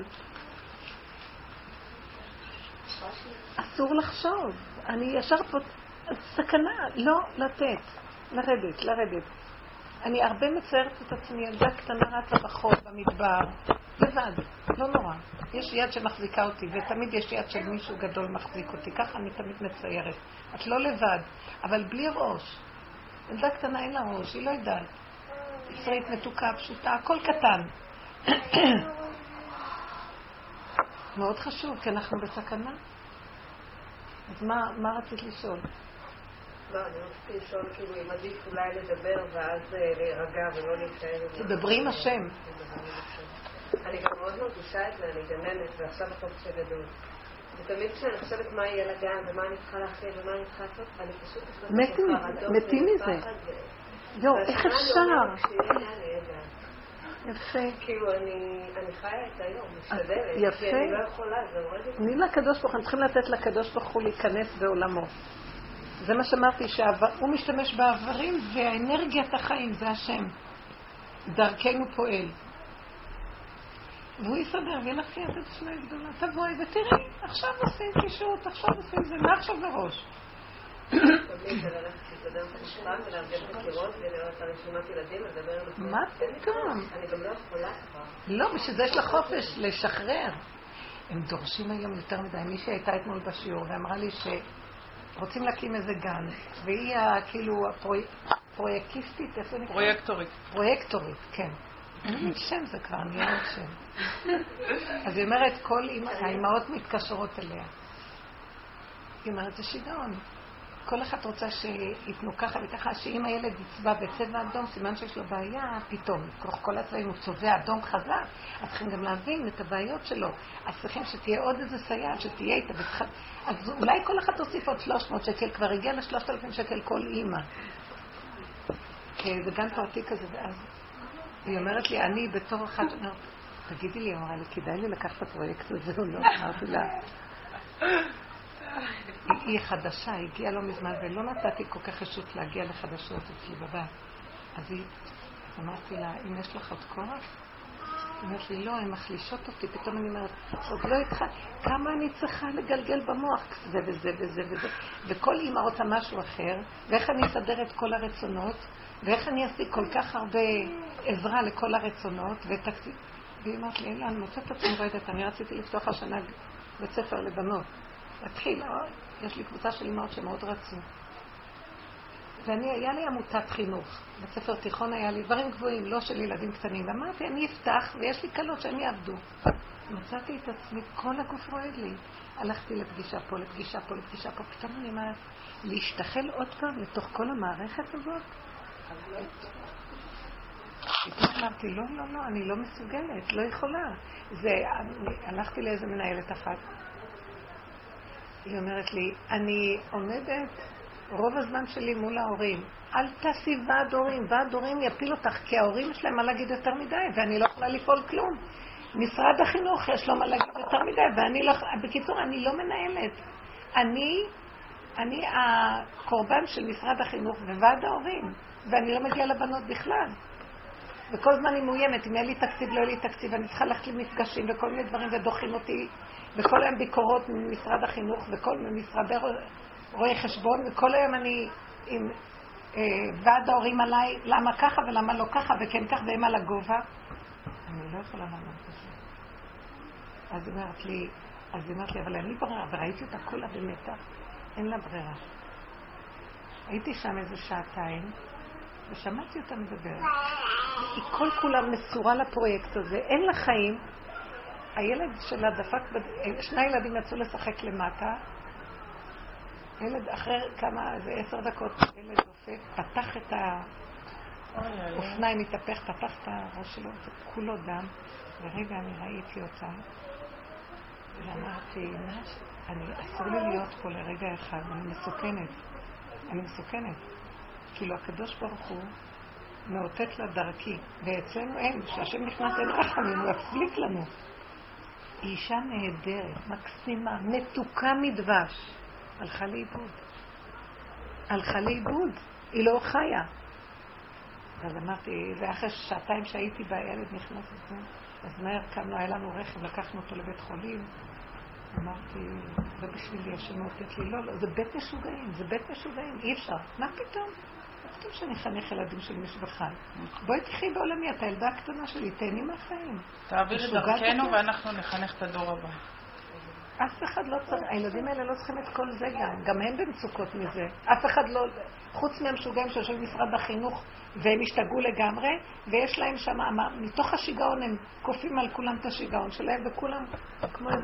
אסור לחשוב. אני ישר פה, סכנה, לא לתת, לרדת, לרדת. אני הרבה מציירת את עצמי, ילדה קטנה רצה בחול, במדבר, לבד, לא נורא. יש יד שמחזיקה אותי, ותמיד יש יד של מישהו גדול מחזיק אותי, ככה אני תמיד מציירת. את לא לבד, אבל בלי ראש. ילדה קטנה אין לה ראש, היא לא יודעת. ישראלית מתוקה, פשוטה, הכל קטן. מאוד חשוב, כי אנחנו בסכנה. אז מה, מה רצית לשאול? לא, אני רציתי לשאול כאילו אם עדיף אולי לדבר ואז להירגע ולא להתקיים. תדברי עם השם. אני גם מאוד מרגישה את זה, אני גננת ועכשיו החופש הגדול. ותמיד כשאני חושבת מה יהיה לגן ומה אני צריכה להכין ומה אני צריכה לעשות, אני פשוט מתים מזה. יו, איך אפשר? יפה. כאילו אני חיה את היום, משתדלת. יפה. כי אני לא יכולה, זה הורדת. תני לקדוש ברוך הוא, צריכים לתת לקדוש ברוך הוא להיכנס בעולמו. זה מה שאמרתי, שהוא משתמש בעברים והאנרגיית החיים, זה השם. דרכנו פועל. והוא יסדר, וילך לי את השמי גדולה. תבואי ותראי, עכשיו עושים קישוט, עכשיו עושים זה, מעכשיו בראש. תמיד זה ללכת לסדר את המשפט ולארגן את הקירות ולראות את הרשימת ילדים ולדבר עם עצמם. מה פתאום? אני גם לא יכולה כבר. לא, בשביל זה יש לה חופש, לשחרר. הם דורשים היום יותר מדי. מי שהייתה אתמול בשיעור ואמרה לי שרוצים להקים איזה גן, והיא כאילו הפרויקטיסטית, איפה נקרא? פרויקטורית. פרויקטורית, כן. אין שם זה כבר, נהיה עוד שם. אז היא אומרת, כל האימהות מתקשרות אליה. היא אומרת, זה שיגעון. כל אחד רוצה שיתנו ככה וככה, שאם הילד יצבע בצבע אדום, סימן שיש לו בעיה, פתאום, כוח כל הצבעים הוא צובע אדום חזק, אז צריכים גם להבין את הבעיות שלו. אז צריכים שתהיה עוד איזה סייעת, שתהיה איתה בתח... אז אולי כל אחד תוסיף עוד שלוש מאות שקל, כבר הגיע ל-שלושת אלפים שקל כל אימא. זה גן פרטי כזה, ואז היא אומרת לי, אני בתור אחת, תגידי לי, אמרה לי, כדאי לי לקחת את הפרויקט הזה, או לא? אמרתי לה, היא חדשה, היא הגיעה לא מזמן, ולא נתתי כל כך רשות להגיע לחדשות אצלי בבית. אז היא, אמרתי לה, אם יש לך עוד כוח? היא אומרת לי, לא, הן מחלישות אותי, פתאום אני אומרת, עוד לא התחל, כמה אני צריכה לגלגל במוח, זה וזה וזה וזה, וכל אימא רוצה משהו אחר, ואיך אני אסדר את כל הרצונות, ואיך אני אעשי כל כך הרבה עזרה לכל הרצונות, ותקציב. והיא אמרת לי, אלה, אני מוצאת את עצמי, לא יודעת, אני רציתי לפתוח השנה בית ספר לבנות. להתחיל, יש לי קבוצה של אמהות שמאוד רצו. ואני, היה לי עמותת חינוך. בספר תיכון היה לי דברים גבוהים, לא של ילדים קטנים. ואמרתי, אני אפתח, ויש לי קלות שאני אעבדו. מצאתי את עצמי, כל הגוף רועד לי. הלכתי לפגישה פה, לפגישה פה, לפגישה פה. פתאום אני אומרת, להשתחל עוד פעם לתוך כל המערכת הזאת? פתאום אמרתי, לא, לא, לא, אני לא מסוגלת, לא יכולה. זה, אני, הלכתי לאיזה מנהלת אחת. היא אומרת לי, אני עומדת רוב הזמן שלי מול ההורים. אל תעשי ועד הורים, ועד הורים יפיל אותך, כי ההורים יש להם מה להגיד יותר מדי, ואני לא יכולה לפעול כלום. משרד החינוך יש לו מה להגיד יותר מדי, ואני לא, בקיצור, אני לא מנהלת. אני, אני הקורבן של משרד החינוך וועד ההורים, ואני לא מגיעה לבנות בכלל. וכל זמן היא מאוימת, אם אין לי תקציב, לא אין לי תקציב, אני צריכה ללכת למפגשים וכל מיני דברים ודוחים אותי, וכל היום ביקורות ממשרד החינוך וכל ממשרדי רואי חשבון, וכל היום אני עם אה, ועד ההורים עליי, למה ככה ולמה לא ככה, וכן כך והם על הגובה. אני לא יכולה לענות בזה. אז היא אומרת לי, אז היא אומרת לי, אבל אין לי ברירה, וראיתי אותה כולה במתח, אין לה ברירה. הייתי שם איזה שעתיים, ושמעתי אותה מדברת. היא כל כולה מסורה לפרויקט הזה, אין לה חיים. הילד שלה דפק, שני ילדים יצאו לשחק למטה, ילד אחרי כמה, זה עשר דקות, ילד דופק, פתח את האופניים, מתהפך, פתח את הראש שלו, זה כולו דם, ורגע אני ראיתי אותה, ואמרתי, אני אסור לי להיות פה לרגע אחד, אני מסוכנת, אני מסוכנת. כאילו הקדוש ברוך הוא מאותת לה דרכי, ואצלנו אין, כשהשם נכנס אין רחמים, הוא יפליק לנו. היא אישה נהדרת, מקסימה, מתוקה מדבש. הלכה לאיבוד. הלכה לאיבוד. היא לא חיה. אז אמרתי, זה אחרי שעתיים שהייתי בה, הילד נכנס לזה. אז מהר קמנו, היה לנו רכב, לקחנו אותו לבית חולים. אמרתי, זה בשבילי, השם מאותת לי, לא, לא, זה בית משוגעים, זה בית משוגעים, אי אפשר. מה פתאום? מה פתאום שאני חנך ילדים של מישהו בחי? בואי תחי בעולמי, את הילדה הקטנה שלי, תהני מהחיים. תעביר את דרכנו ואנחנו נחנך את הדור הבא. אף אחד לא צריך, הילדים האלה לא צריכים את כל זה גם, גם הם במצוקות מזה. אף אחד לא, חוץ מהמשוגעים שיושב במשרד החינוך והם השתגעו לגמרי, ויש להם שם, מתוך השיגעון הם קופים על כולם את השיגעון שלהם, וכולם כמו איזה...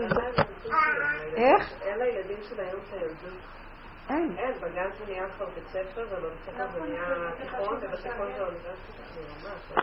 איך? אין לילדים של היום את הילדות. אין. אין, בגן זה נהיה כבר בית ספר, ובבית ספר זה נהיה תיכון, ובתיכון זה אוניברסיטה, זה ממש,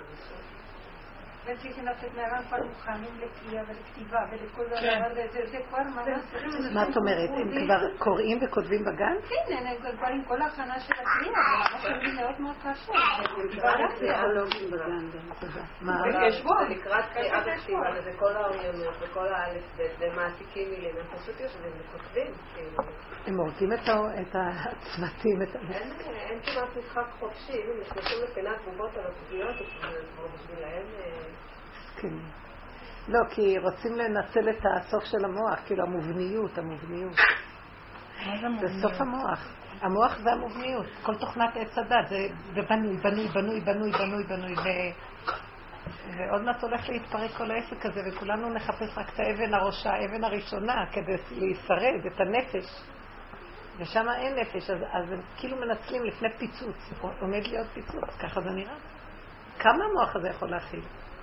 וצריכים לתת מהר"ן כבר מוכנים לקריאה ולכתיבה ולכל דבר, זה כבר ממש... מה את אומרת? הם כבר קוראים וכותבים בגן? כן, הם כבר עם כל ההכנה של הקריאה, זה ממש מאוד מאוד קשה. כבר פסיכולוגים בגן. מה? זה לקראת קריאה וכתיבה, וזה כל האוריינות וכל האלף, ומעתיקים מילים, הם פשוט יושבים וכותבים. הם הורגים את הצוותים. אין כמעט משחק חופשי, הם נכנסים לפינת בובות על הפגיעות, כבר בשבילהם... כן. לא, כי רוצים לנצל את הסוף של המוח, כאילו המובניות, המובניות. זה סוף המוח. המוח זה המובניות. כל תוכנת עץ הדת, זה בנוי, בנוי, בנוי, בנוי, בנוי, בנוי. ועוד מעט הולך להתפרק כל העסק הזה, וכולנו נחפש רק את האבן הראשה, האבן הראשונה, כדי להישרד, את הנפש. ושם אין נפש, אז, אז הם כאילו מנצלים לפני פיצוץ. עומד להיות פיצוץ, ככה זה נראה. כמה המוח הזה יכול להכיל?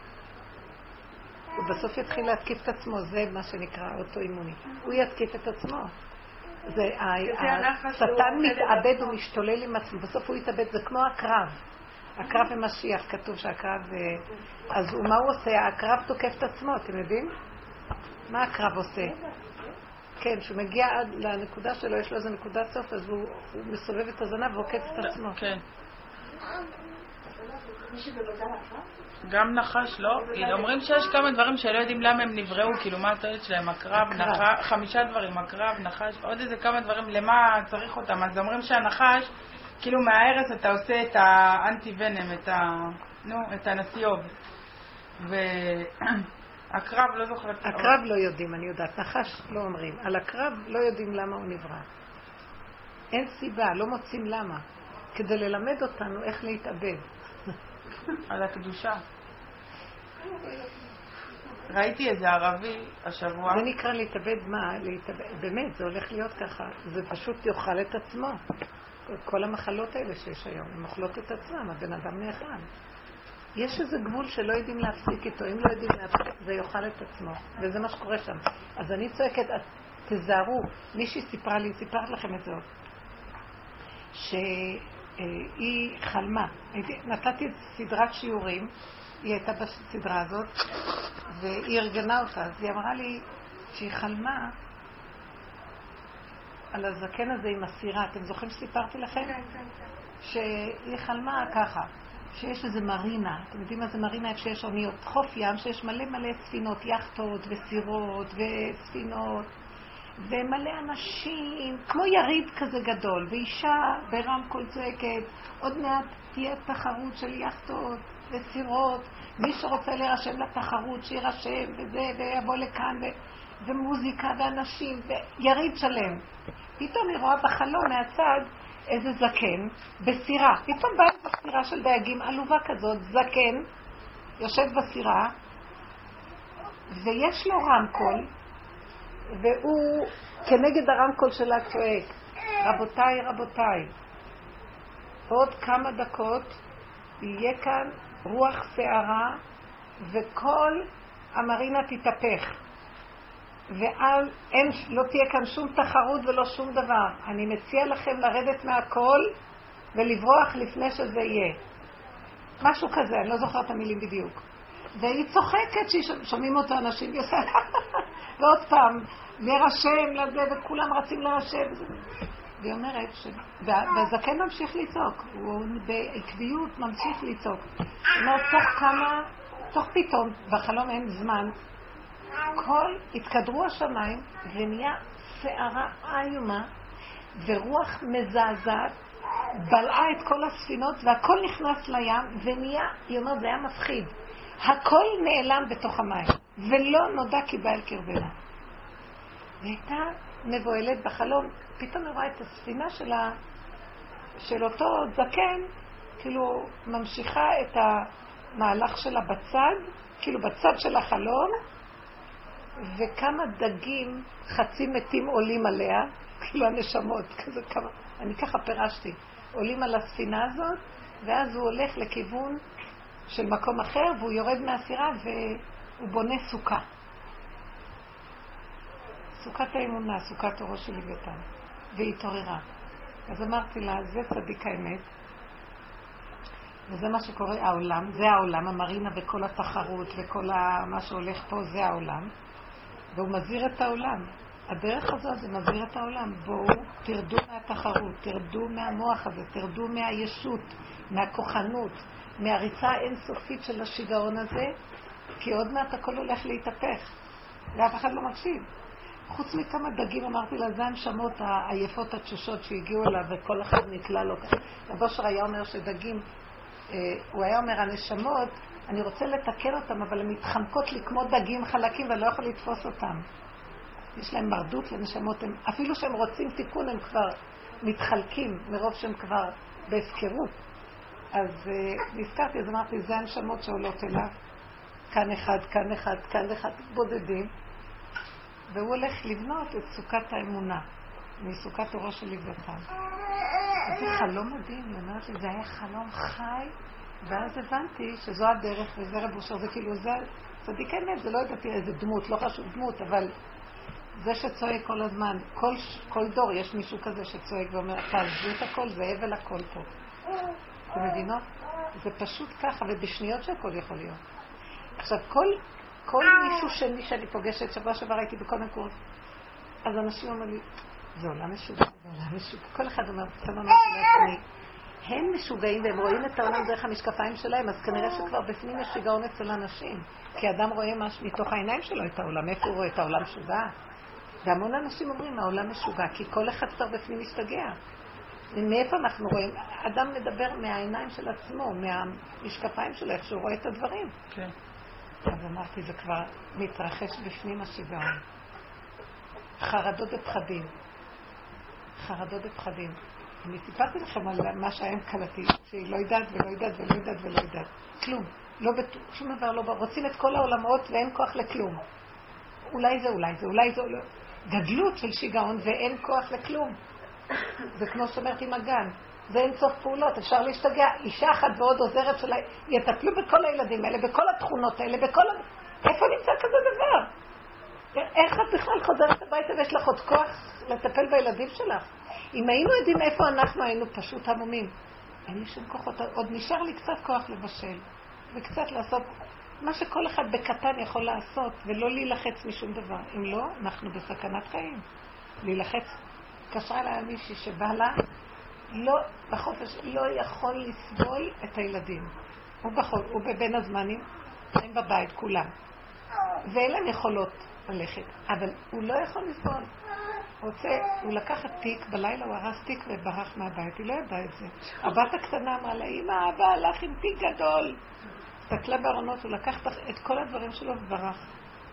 ובסוף יתחיל להתקיף את עצמו, זה מה שנקרא אוטואימוני. הוא יתקיף את עצמו. זה, השטן מתאבד ומשתולל עם עצמו, בסוף הוא יתאבד, זה כמו הקרב. הקרב במשיח, כתוב שהקרב... אז מה הוא עושה? הקרב תוקף את עצמו, אתם יודעים? מה הקרב עושה? כן, כשהוא מגיע עד לנקודה שלו, יש לו איזו נקודת סוף, אז הוא, הוא מסובב את הזנב ועוקץ את עצמו. כן. גם נחש, לא? אומרים שיש כמה דברים שלא יודעים למה הם נבראו, כאילו מה התועלת שלהם, הקרב, נחש, חמישה דברים, הקרב, נחש, עוד איזה כמה דברים, למה צריך אותם? אז אומרים שהנחש, כאילו מהארץ אתה עושה את האנטי ונם, את ה... נו, את הנסיוב. והקרב לא זוכרת... הקרב לא יודעים, אני יודעת, נחש לא אומרים. על הקרב לא יודעים למה הוא נברא. אין סיבה, לא מוצאים למה. כדי ללמד אותנו איך להתאבד. על הקדושה. ראיתי איזה ערבי השבוע. זה נקרא להתאבד מה? להתאבד, באמת, זה הולך להיות ככה. זה פשוט יאכל את עצמו. כל המחלות האלה שיש היום, הן אוכלות את עצמם, הבן אדם נאכל. יש איזה גבול שלא יודעים להפסיק איתו, אם לא יודעים להפסיק, זה יאכל את עצמו. וזה מה שקורה שם. אז אני צועקת, תזהרו, מישהי סיפרה לי, סיפרת לכם את זאת, שהיא חלמה. נתתי סדרת שיעורים, היא הייתה בסדרה הזאת, והיא ארגנה אותה. אז היא אמרה לי שהיא חלמה על הזקן הזה עם הסירה. אתם זוכרים שסיפרתי לכם? שהיא חלמה ככה, שיש איזה מרינה. אתם יודעים מה זה מרינה? איפה שיש אוניות, חוף ים, שיש מלא מלא ספינות, יאכטות וסירות וספינות, ומלא אנשים, כמו יריד כזה גדול, ואישה ברמקול צועקת, עוד מעט תהיה תחרות של יאכטות וסירות, מי שרוצה להירשם לתחרות שירשם וזה, ויבוא לכאן, ו... ומוזיקה ואנשים, ויריד שלם. פתאום היא רואה בחלום מהצד איזה זקן בסירה. פתאום באה איזו סירה של דייגים, עלובה כזאת, זקן, יושב בסירה, ויש לו רמקול, והוא כנגד הרמקול שלה צועק, רבותיי, רבותיי, עוד כמה דקות יהיה כאן רוח שערה, וכל המרינה תתהפך. ואז אין, לא תהיה כאן שום תחרות ולא שום דבר. אני מציע לכם לרדת מהכל ולברוח לפני שזה יהיה. משהו כזה, אני לא זוכרת את המילים בדיוק. והיא צוחקת ששומעים אותו אנשים, ועוד פעם, להירשם לזה, וכולם רצים להירשם. והיא אומרת, ש... והזקן ממשיך לצעוק, הוא בעקביות ממשיך לצעוק. לא, תוך כמה, תוך פתאום, בחלום אין זמן, כל התקדרו השמיים ונהיה שערה איומה ורוח מזעזעת בלעה את כל הספינות והכל נכנס לים ונהיה, היא אומרת, זה היה מפחיד, הכל נעלם בתוך המים ולא נודע כי בא אל קרבנה. והייתה מבועלת בחלום, פתאום היא רואה את הספינה שלה, של אותו זקן, כאילו ממשיכה את המהלך שלה בצד, כאילו בצד של החלום, וכמה דגים חצי מתים עולים עליה, כאילו הנשמות, כזה כמה, אני ככה פירשתי, עולים על הספינה הזאת, ואז הוא הולך לכיוון של מקום אחר, והוא יורד מהסירה והוא בונה סוכה. סוכת האמונה, סוכת אורו של לוויתן, והיא התעוררה. אז אמרתי לה, זה צדיק האמת, וזה מה שקורה העולם, זה העולם, המרינה וכל התחרות וכל מה שהולך פה, זה העולם. והוא מזהיר את העולם. הדרך הזאת זה מזהיר את העולם. בואו, תרדו מהתחרות, תרדו מהמוח הזה, תרדו מהישות, מהכוחנות, מהריצה האינסופית של השיגעון הזה, כי עוד מעט הכל הולך להתהפך. ואף אחד לא מקשיב. חוץ מכמה דגים, אמרתי לה, זה הנשמות העייפות התשושות שהגיעו אליו, וכל אחד נקלע לו. הבושר היה אומר שדגים, הוא היה אומר, הנשמות, אני רוצה לתקן אותם, אבל הן מתחמקות לי כמו דגים חלקים ולא יכול לתפוס אותם. יש להם מרדות לנשמות, הם, אפילו שהם רוצים תיקון הם כבר מתחלקים מרוב שהם כבר בהפקרות. אז uh, נזכרתי, אז אמרתי, זה הנשמות שעולות אליו, כאן אחד, כאן אחד, כאן אחד, בודדים, והוא הולך לבנות את סוכת האמונה, מסוכת אורו של לוויתן. זה חלום מדהים, אומרת לי, זה היה חלום חי, ואז הבנתי שזו הדרך, וזה רב אושר, זה כאילו, זה צדיק האמת, זה לא ידעתי איזה דמות, לא חשוב דמות, אבל זה שצועק כל הזמן, כל, כל דור יש מישהו כזה שצועק ואומר, תעזבו את הכל, זה אבל הכל פה. אתם מבינות? זה פשוט ככה, ובשניות שהכל יכול להיות. עכשיו, כל, כל מישהו שני שאני פוגשת, שבוע שעבר הייתי בכל מקורס, אז אנשים אומרים לי, זה עולם משוגע, זה עולם משוגע. כל אחד אומר, סתם אמרתי לעצמי, הם משוגעים והם רואים את העולם דרך המשקפיים שלהם, אז כנראה שכבר בפנים יש שיגעון אצל אנשים. כי אדם רואה משהו מתוך העיניים שלו את העולם, איפה הוא רואה את העולם משוגע? והמון אנשים אומרים, העולם משוגע, כי כל אחד כבר בפנים משתגע. מאיפה אנחנו רואים? אדם מדבר מהעיניים של עצמו, מהמשקפיים שלו, איך שהוא רואה את הדברים. כן. אז אמרתי, זה כבר מתרחש בפנים השיגעון. חרדות ופחדים. חרדות ופחדים. אני סיפרתי לכם על מה שהיה עם קלתי, שהיא לא יודעת ולא יודעת ולא יודעת ולא יודעת. כלום. לא בטוח, שום דבר לא, רוצים את כל העולמות ואין כוח לכלום. אולי זה, אולי זה, אולי זה, אולי... גדלות של שיגעון ואין כוח לכלום. זה כמו שאומרת עם הגן, זה אין סוף פעולות, אפשר להשתגע, אישה אחת ועוד עוזרת שלה, יטפלו בכל הילדים האלה, בכל התכונות האלה, בכל... איפה נמצא כזה דבר? איך את בכלל חוזרת הביתה ויש לך עוד כוח לטפל בילדים שלך? אם היינו יודעים איפה אנחנו היינו פשוט המומים. אין לי שום כוחות, עוד נשאר לי קצת כוח לבשל, וקצת לעשות מה שכל אחד בקטן יכול לעשות, ולא להילחץ משום דבר. אם לא, אנחנו בסכנת חיים. להילחץ, קשרה אליי מישהי שבא לה, לא, בחופש, לא יכול לסבול את הילדים. הוא, בחול, הוא בבין הזמנים, הם בבית כולם. ואין להם יכולות ללכת, אבל הוא לא יכול לסבול. רוצה, הוא לקח את תיק, בלילה הוא הרס תיק וברח מהבית, היא לא ידעה את זה. הבת הקטנה אמרה לה, אמא, אבא הלך עם תיק גדול. הסתכלה בארונות, הוא לקח את כל הדברים שלו וברח.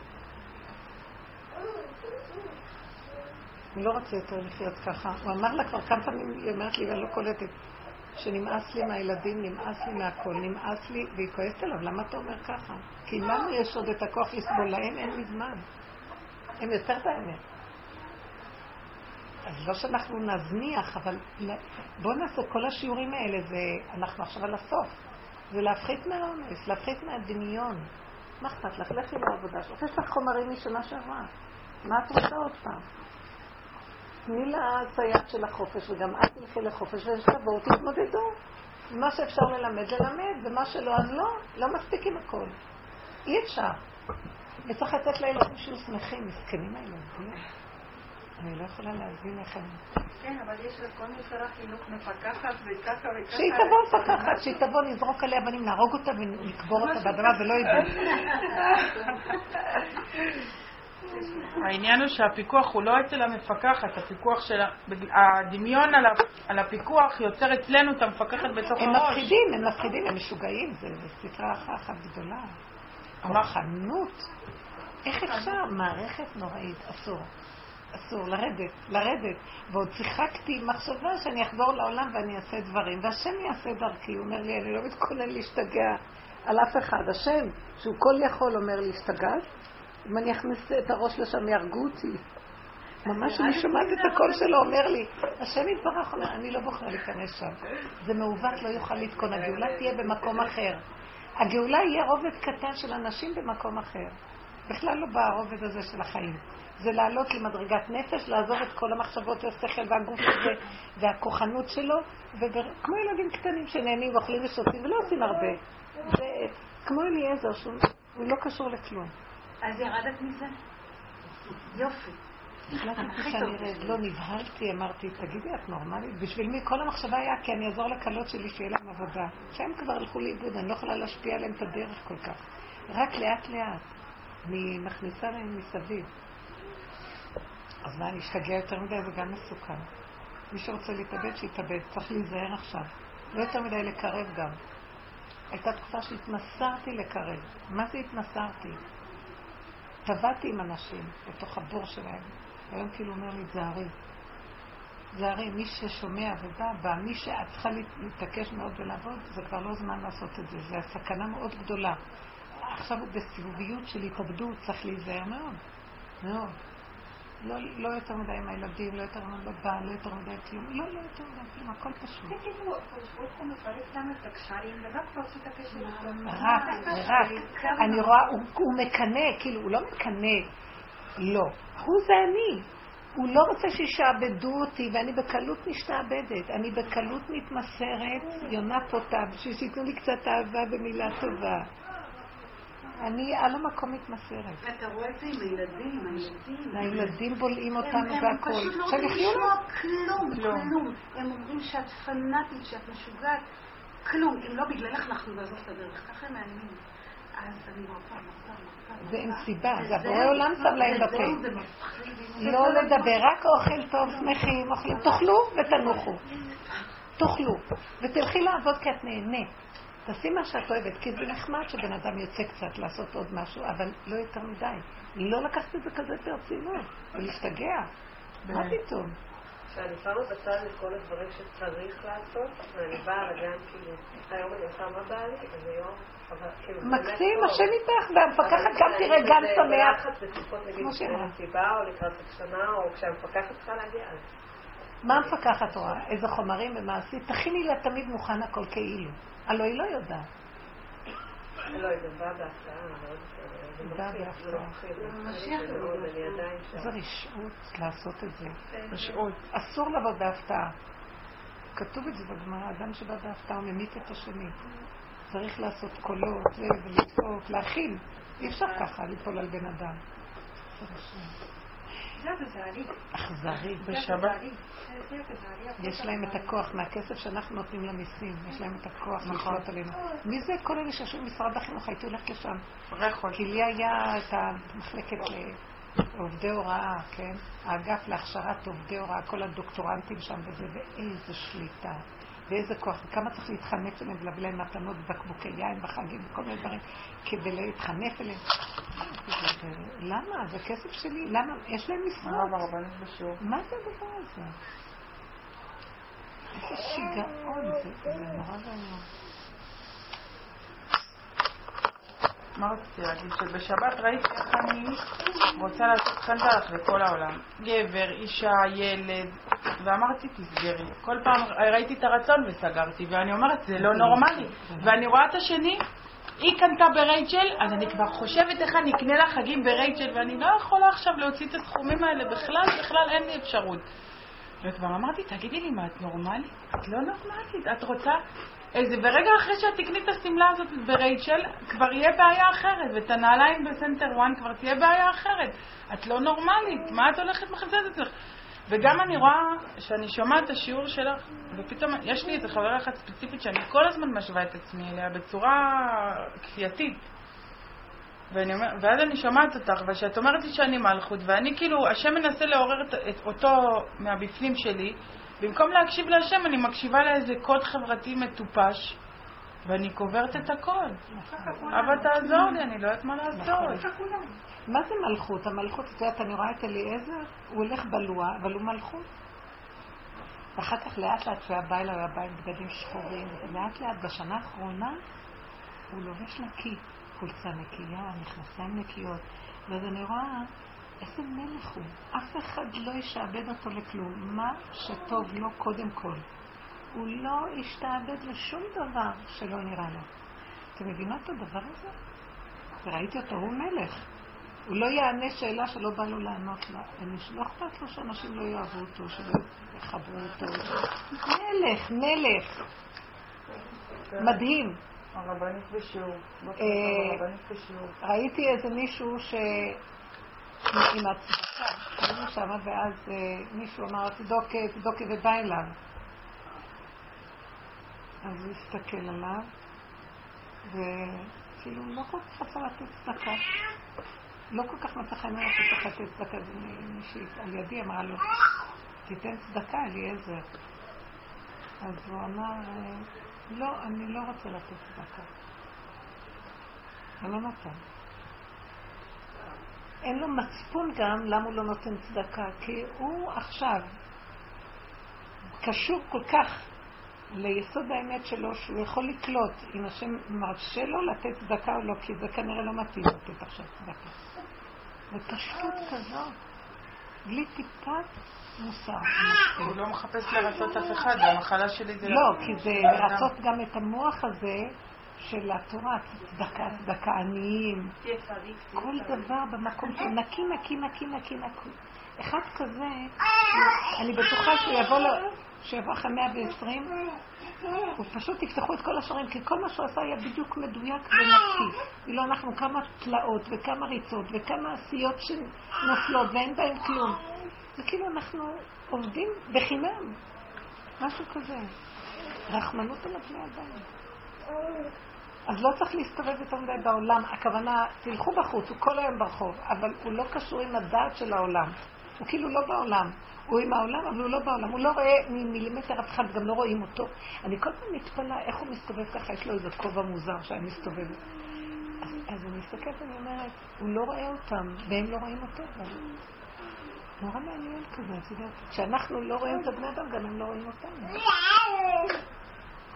הוא לא רוצה יותר לחיות ככה. הוא אמר לה כבר כמה פעמים, היא אומרת לי, ואני לא קולטת, שנמאס לי מהילדים, נמאס לי מהכל, נמאס לי, והיא כועסת עליו, למה אתה אומר ככה? כי לנו יש עוד את הכוח לסבול, להם אין מזמן. הם יותר באמת. אז לא שאנחנו נזניח, אבל בואו נעשה כל השיעורים האלה, זה, אנחנו עכשיו על הסוף. זה להפחית מהעומס, להפחית מהדמיון. מה אכפת לך? לכי לעבודה שלך. יש לך חומרים משנה שעברה. מה את רוצה עוד פעם? תני לה סייעת של החופש, וגם את תלכי לחופש, ושתבואו, תתמודדו. מה שאפשר ללמד, ללמד, ומה שלא, אז לא. לא מספיק עם הכל. אי אפשר. וצריך לתת לילדים שיהיו שמחים, מסכנים הילדים. אני לא יכולה להבין לכם. כן, אבל יש לכל משרה חינוך מפקחת וככה וככה. שהיא תבוא מפקחת, שהיא תבוא נזרוק עליה בנים, נהרוג אותה ונקבור אותה באדמה ולא ידעו. העניין הוא שהפיקוח הוא לא אצל המפקחת, הפיקוח של הדמיון על הפיקוח יוצר אצלנו את המפקחת בתוך הם הראש. הם מפחידים, הם מפחידים, הם משוגעים, זה ספרה אחת גדולה. המחנות. איך אפשר? מערכת נוראית, אסור. אסור, לרדת, לרדת. ועוד שיחקתי מחשבה שאני אחזור לעולם ואני אעשה דברים, והשם יעשה דרכי. הוא אומר לי, אני לא מתכונן להשתגע על אף אחד. השם, שהוא כל יכול, אומר לי, השתגעת? אם אני אכניס את הראש לשם, ירגו אותי. ממש אני שומעת את הקול שלו, אומר לי, השם יתברך, אומר, אני לא בוחר להיכנס שם. זה מעוות, לא יוכל לתקון. הגאולה תהיה במקום אחר. הגאולה יהיה רובד קטן של אנשים במקום אחר. בכלל לא ברובד הזה של החיים. זה לעלות למדרגת נפש, לעזוב את כל המחשבות והשכל והגוף הזה והכוחנות שלו, וכמו ילדים קטנים שנהנים ואוכלים ושותים ולא עושים הרבה. זה כמו אליעזר, שהוא לא קשור לכלום. אז ירדת מזה? יופי. החלטתי שאני רד, לא נבהלתי, אמרתי, תגידי, את נורמלית? בשביל מי? כל המחשבה היה כי אני אעזור לקלות שלי שיהיה להם עבודה. שהם כבר הלכו לאיבוד, אני לא יכולה להשפיע עליהם את הדרך כל כך. רק לאט לאט. אני מכניסה להם מסביב. אז מה, אני אשתגע יותר מדי, זה גם מסוכן. מי שרוצה להתאבד, שיתאבד. צריך להיזהר עכשיו. לא יותר מדי לקרב גם. הייתה תקופה שהתנסרתי לקרב. מה זה התנסרתי? טבעתי עם אנשים בתוך הבור שלהם. והיום כאילו אומר לי, זהרי. זהרי, מי ששומע ובא, בא, מי שאת צריכה להתעקש מאוד ולעבוד, זה כבר לא זמן לעשות את זה. זה הסכנה מאוד גדולה. עכשיו בסיבוביות של התאבדות צריך להיזהר מאוד. מאוד. לא, לא יותר מדי עם הילדים, לא יותר מדי בבעל, לא יותר מדי כלום. לא, לא יותר מדי כלום, הכל פשוט. תגידו, פשוט הוא מפרק גם את הקשרים, ורק פרצות הקשר. רק, רק. אני רואה, הוא מקנה, כאילו, הוא לא מקנה. לא. הוא זה אני. הוא לא רוצה שישעבדו אותי, ואני בקלות משתעבדת. אני בקלות מתמסרת, יונה פוטה, בשביל שיתנו לי קצת אהבה במילה טובה. אני על המקום מתמסרת. אתה רואה את זה עם הילדים, הילדים. הילדים בולעים אותנו והכל. הם פשוט לא רוצים לשמוע כלום, כלום. הם אומרים שאת פנאטית, שאת משוגעת. כלום. אם לא בגללך אנחנו נעזוב את הדרך. ככה הם מאמינים. אז אני מרפא, מרפא, מרפא. זה אין סיבה. זה הבורא עולם שם להם בפה. לא לדבר, רק אוכל טוב, שמחים, אוכלים. תאכלו ותנוחו. תאכלו. ותלכי לעבוד כי את נהנית. תעשי מה שאת אוהבת, כי זה נחמד שבן אדם יוצא קצת לעשות עוד משהו, אבל לא יותר מדי. לא לקחת את זה כזה ברצינות, ולהשתגע. מה פתאום? כשאני שמה בצד את כל הדברים שצריך לעשות, ואני באה לגן, כאילו, היום אני עושה מה בא לי, אז היום מקסים, השם איתך, והמפקחת גם תראה גן שמח. כמו שהמסיבה או לקראת הקשנה, או כשהמפקחת צריכה להגיע. מה המפקחת רואה? איזה חומרים ומעשית? תכיני לה תמיד מוכן הכל כאילו. הלוא היא לא יודעת. לא, היא באה בהפתעה, היא באה בהפתעה. זה רשעות לעשות את זה. רשעות. אסור לבוא בהפתעה. כתוב את זה בגמרא, אדם שבא בהפתעה הוא ממית את השני. צריך לעשות קולות ולדפוק, להכין. אי אפשר ככה ליפול על בן אדם. זה רשעות. אכזרי. בשבת. יש להם את הכוח מהכסף שאנחנו נותנים למיסים. יש להם את הכוח לשלוט עלינו. מי זה כל אלה שישבו במשרד החינוך? הייתי הולכת לשם. כי לי היה את המחלקת לעובדי הוראה, כן? האגף להכשרת עובדי הוראה, כל הדוקטורנטים שם וזה, ואיזו שליטה. ואיזה כוח, וכמה צריך להתחנף אליהם ולהביא להם מתנות בקבוקי יין בחגים וכל מיני דברים כדי להתחנף אליהם. למה? זה כסף שלי. למה? יש להם משרות. מה זה הדבר הזה? איזה שיגעון זה, זה נורא ואיום. מה רציתי להגיד? שבשבת ראיתי איך אני רוצה לעשות סטנדרט לכל העולם. גבר, אישה, ילד, ואמרתי תסגרי. כל פעם ראיתי את הרצון וסגרתי, ואני אומרת זה לא נורמלי. ואני רואה את השני, היא קנתה ברייצ'ל, אז אני כבר חושבת איך אני אקנה לה חגים ברייצ'ל, ואני לא יכולה עכשיו להוציא את הסכומים האלה בכלל, בכלל אין לי אפשרות. וכבר אמרתי, תגידי לי מה, את נורמלית? את לא נורמלית, את רוצה... איזה, ורגע אחרי שאת תקני את הסמלה הזאת ברייצ'ל, כבר יהיה בעיה אחרת, ואת הנעליים בסנטר וואן כבר תהיה בעיה אחרת. את לא נורמלית, מה את הולכת מחזזת לך? וגם אני רואה שאני שומעת את השיעור שלך, ופתאום יש לי איזה חברה אחת ספציפית שאני כל הזמן משווה את עצמי אליה בצורה כפייתית. ואני אומר, ואז אני שומעת אותך, ושאת אומרת לי שאני מלכות, ואני כאילו, השם מנסה לעורר את, את אותו מהבפנים שלי, במקום להקשיב להשם, אני מקשיבה לאיזה קוד חברתי מטופש, ואני קוברת את הכל. אבל תעזור לי, אני לא יודעת מה לעשות. מה זה מלכות? המלכות, את יודעת, אני רואה את אליעזר, הוא הולך בלוע, אבל הוא מלכות. ואחר כך לאט לאט שהוא היה בא אליו, הוא היה בא עם בגדים שחורים, ולאט לאט בשנה האחרונה הוא לובש נקי, חולצה נקייה, מכנסיים נקיות, ואז אני רואה איזה מלך הוא. אף אחד לא ישעבד אותו לכלום. מה שטוב לו קודם כל. הוא לא ישתעבד לשום דבר שלא נראה לו. אתם מבינות את הדבר הזה? וראיתי אותו, הוא מלך. הוא לא יענה שאלה שלא בא לו לענות לה. לא אכפת לו שאנשים לא יאהבו אותו, שלא יחברו אותו. מלך, מלך. מדהים. הרבנית בשיעור. ראיתי איזה מישהו ש... עם הצדקה, היינו שם, ואז מישהו אמר, תדוקה, תדוקה ובא אליו. אז הוא הסתכל עליו, וכאילו לא כל כך רצה לתת צדקה. לא כל כך מצא חיים איך הוא צריך לתת צדקה. אז מישהי על ידי אמרה לו, תיתן צדקה, אליעזר. אז הוא אמר, לא, אני לא רוצה לתת צדקה. אני לא נותן. אין לו מצפון גם למה הוא לא נותן צדקה, כי הוא עכשיו קשור כל כך ליסוד האמת שלו שהוא יכול לקלוט אם השם מרשה לו לתת צדקה או לא, כי זה כנראה לא מתאים לתת עכשיו צדקה. ופשוט כזאת, בלי טיפת מוסר. הוא לא מחפש לרצות אף אחד, המחלה שלי זה... לא, כי זה לרצות גם את המוח הזה של התורה, צדקה, צדקה עניים, כל דבר במקום של נקי, נקי, נקי, נקי, נקי. אחד כזה, אני בטוחה שהוא יבוא לו, שיבוא אחרי מאה ועשרים, הוא פשוט יפתחו את כל השערים, כי כל מה שהוא עשה היה בדיוק מדויק ונקי. אילו אנחנו כמה תלאות וכמה ריצות וכמה עשיות שנופלות ואין בהם כלום. זה כאילו אנחנו עובדים בחינם, משהו כזה. רחמנות על הבני אדם. אז לא צריך להסתובב יותר מדי בעולם. הכוונה, תלכו בחוץ, הוא כל היום ברחוב, אבל הוא לא קשור עם הדעת של העולם. הוא כאילו לא בעולם. הוא עם העולם, אבל הוא לא בעולם. הוא לא רואה ממילימטר אף אחד, גם לא רואים אותו. אני כל פעם מתפלאה איך הוא מסתובב ככה, יש לו איזה כובע מוזר שאני מסתובבת. אז, אז אני מסתכלת ואני אומרת, הוא לא רואה אותם, והם לא רואים אותו. אבל... נורא מעניין כזה, את יודעת. כשאנחנו לא רואים את הבני אדם, גם הם לא רואים אותם.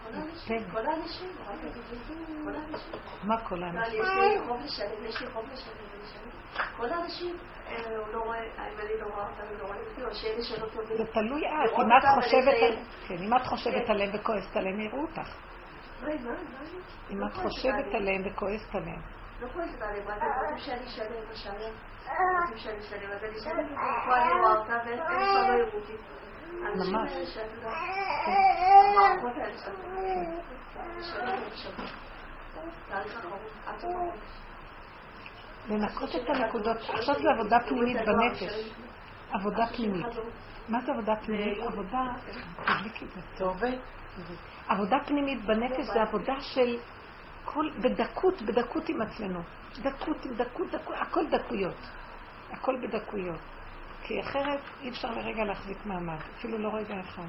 כל האנשים, כל האנשים. מה כל האנשים? יש לי חוב לשלם, יש לי חוב לשלם. כל האנשים, הוא לא רואה, אם אני לא רואה אותם, אני לא רואה אותם, או שאלה שלא טובים. זה תלוי את, אם את חושבת עליהם וכועסת עליהם, יראו אותך. אם את חושבת עליהם וכועסת עליהם. לא כועסת עליהם, רק רוצים שאני אשלם, אשלם. רוצים שאני אשלם, אז אני אשלם, פה אני רואה אותם, והם שם לא יראו אותי. ממש. המערכות האלה שם. אשלם, אשלם. תאריך אחרון, עד סוף החודש. לנקות את הנקודות. עכשיו זה עבודה פנימית בנפש. עבודה פנימית. מה זה עבודה פנימית? עבודה... תדליקי את זה. זה עובד. עבודה פנימית בנפש זה עבודה של כל... בדקות, בדקות עם עצמנו. דקות עם דקות, דקות, הכל דקויות. הכל בדקויות. כי אחרת אי אפשר לרגע להחזיק מעמד. אפילו לא רגע אחד.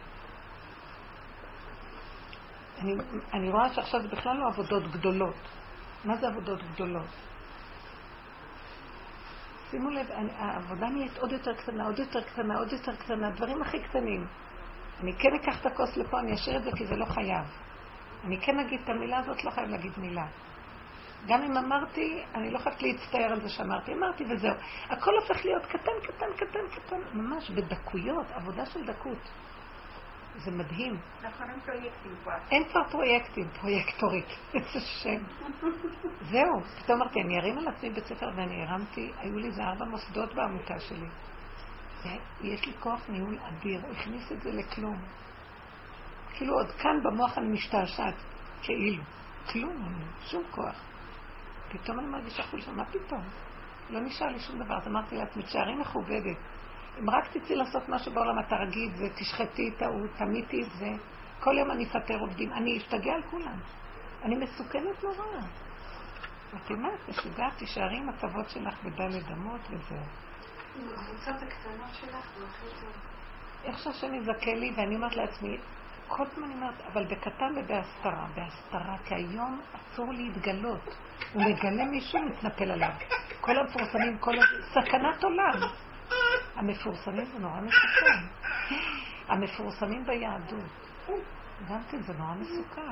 אני, אני רואה שעכשיו זה בכלל לא עבודות גדולות. מה זה עבודות גדולות? שימו לב, העבודה נהיית עוד יותר קטנה, עוד יותר קטנה, עוד יותר קטנה, דברים הכי קטנים. אני כן אקח את הכוס לפה, אני אשאיר את זה כי זה לא חייב. אני כן אגיד את המילה הזאת, לא חייב להגיד מילה. גם אם אמרתי, אני לא חייבת להצטער על זה שאמרתי, אמרתי וזהו. הכל הופך להיות קטן, קטן, קטן, קטן, ממש בדקויות, עבודה של דקות. זה מדהים. נכון, אין פרויקטים כבר. אין כבר פרויקטים, פרויקטורית. איזה שם. זהו. פתאום אמרתי, אני ארים על עצמי בית ספר ואני הרמתי, היו לי זה ארבע מוסדות בעמותה שלי. יש לי כוח ניהול אדיר, הוא הכניס את זה לכלום. כאילו עוד כאן במוח אני משתעשעת, כאילו. כלום, שום כוח. פתאום אני מרגישה חולשה, מה פתאום? לא נשאר לי שום דבר. אז אמרתי לעצמי, תשארי מכובדת. אם רק תצאי לעשות משהו בעולם, אתה רגיד, זה תשחטי את ההוא, תמיתי את זה. כל יום אני אפטר עובדים, אני אשתגע על כולם. אני מסוכנת נורא. את אומרת, משוגעת, תשארי עם הכבוד שלך בדלת אמות וזהו. עם הקבוצות הקטנות שלך, זה הכי טוב. איך שהשם יזכה לי, ואני אומרת לעצמי, כל פעם אני אומרת, אבל בקטן ובהסתרה, בהסתרה, כי היום אסור להתגלות. הוא מגלה מישהו, מתנפל עליו. כל המפורסמים, כל סכנת עולם. המפורסמים זה נורא מסוכן. המפורסמים ביהדות. גם כן זה נורא מסוכן.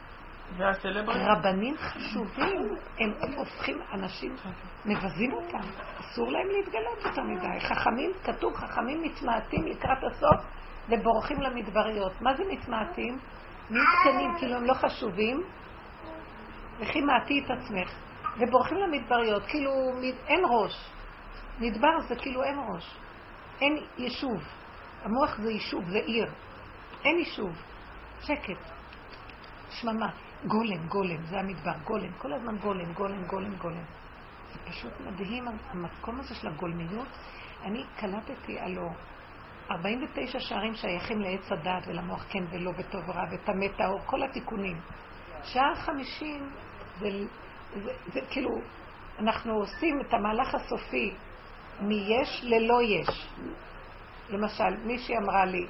רבנים חשובים, הם הופכים אנשים, מבזים אותם. אסור להם להתגלות יותר מדי. חכמים, כתוב, חכמים מתמעטים לקראת הסוף ובורחים למדבריות. מה זה מתמעטים? מתקנים, כאילו הם לא חשובים. וכי מעטי את עצמך. ובורחים למדבריות, כאילו אין ראש. מדבר זה כאילו אין ראש. אין יישוב. המוח זה יישוב, זה עיר. אין יישוב. שקט. שממה. גולם, גולם. זה המדבר. גולם. כל הזמן גולם, גולם, גולם, גולם. זה פשוט מדהים. המקום הזה של הגולמיות, אני קלטתי עלו ארבעים ותשע שערים שייכים לעץ הדעת ולמוח כן ולא וטוב ורע וטמא טהור, כל התיקונים. שער חמישים זה, זה, זה כאילו, אנחנו עושים את המהלך הסופי מיש ללא יש. למשל, מישהי אמרה לי,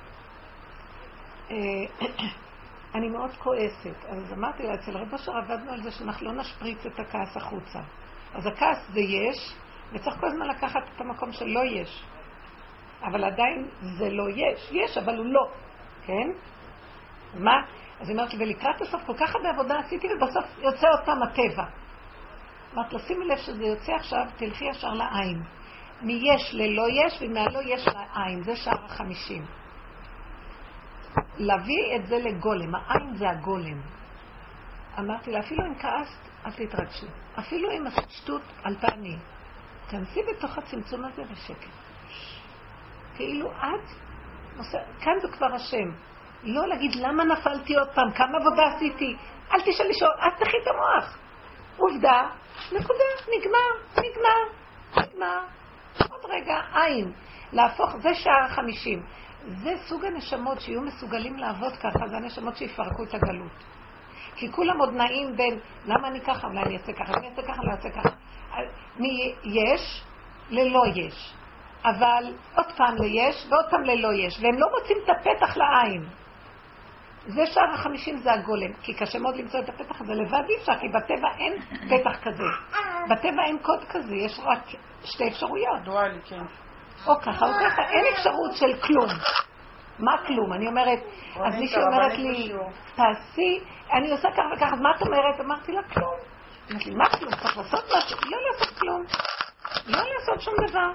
אני מאוד כועסת, אז אמרתי לה, אצל רב אשר עבדנו על זה שאנחנו לא נשפריץ את הכעס החוצה. אז הכעס זה יש, וצריך כל הזמן לקחת את המקום של לא יש. אבל עדיין זה לא יש. יש, אבל הוא לא. כן? מה? אז היא אומרת לי, ולקראת הסוף כל כך הרבה עבודה עשיתי, ובסוף יוצא אותם הטבע. אמרת, לשימי לב שזה יוצא עכשיו, תלכי ישר לעין. מיש ללא יש, ומהלא יש לעין. זה שער החמישים. להביא את זה לגולם. העין זה הגולם. אמרתי לה, אפילו אם כעסת, אל תתרגשי. אפילו אם השטות על פעמים. תנסי בתוך הצמצום הזה בשקט. כאילו את, כאן זה כבר השם. לא להגיד למה נפלתי עוד פעם, כמה עבודה עשיתי. אל תשאל לשאול, אל תחי את המוח. עובדה, נקודה, נגמר, נגמר, נגמר. עוד רגע, עין. להפוך, זה שער החמישים. זה סוג הנשמות שיהיו מסוגלים לעבוד ככה, זה הנשמות שיפרקו את הגלות. כי כולם עוד נעים בין, למה אני ככה, אולי אני אעשה ככה, אני אעשה ככה, אני אעשה ככה. מיש ללא יש. אבל עוד פעם ליש ועוד פעם ללא יש. והם לא מוצאים את הפתח לעין. זה שער החמישים זה הגולם. כי קשה מאוד למצוא את הפתח הזה. לבד אי אפשר, כי בטבע אין פתח כזה. בטבע אין קוד כזה. יש רק שתי אפשרויות. דואלי, כן. או ככה או ככה. אין אפשרות של כלום. מה כלום? אני אומרת, אז מישהי אומרת לי, תעשי, אני עושה ככה וככה, אז מה את אומרת? אמרתי לה, כלום. אמרתי לי, מה כלום? צריך לעשות משהו? לא לעשות כלום. לא לעשות שום דבר.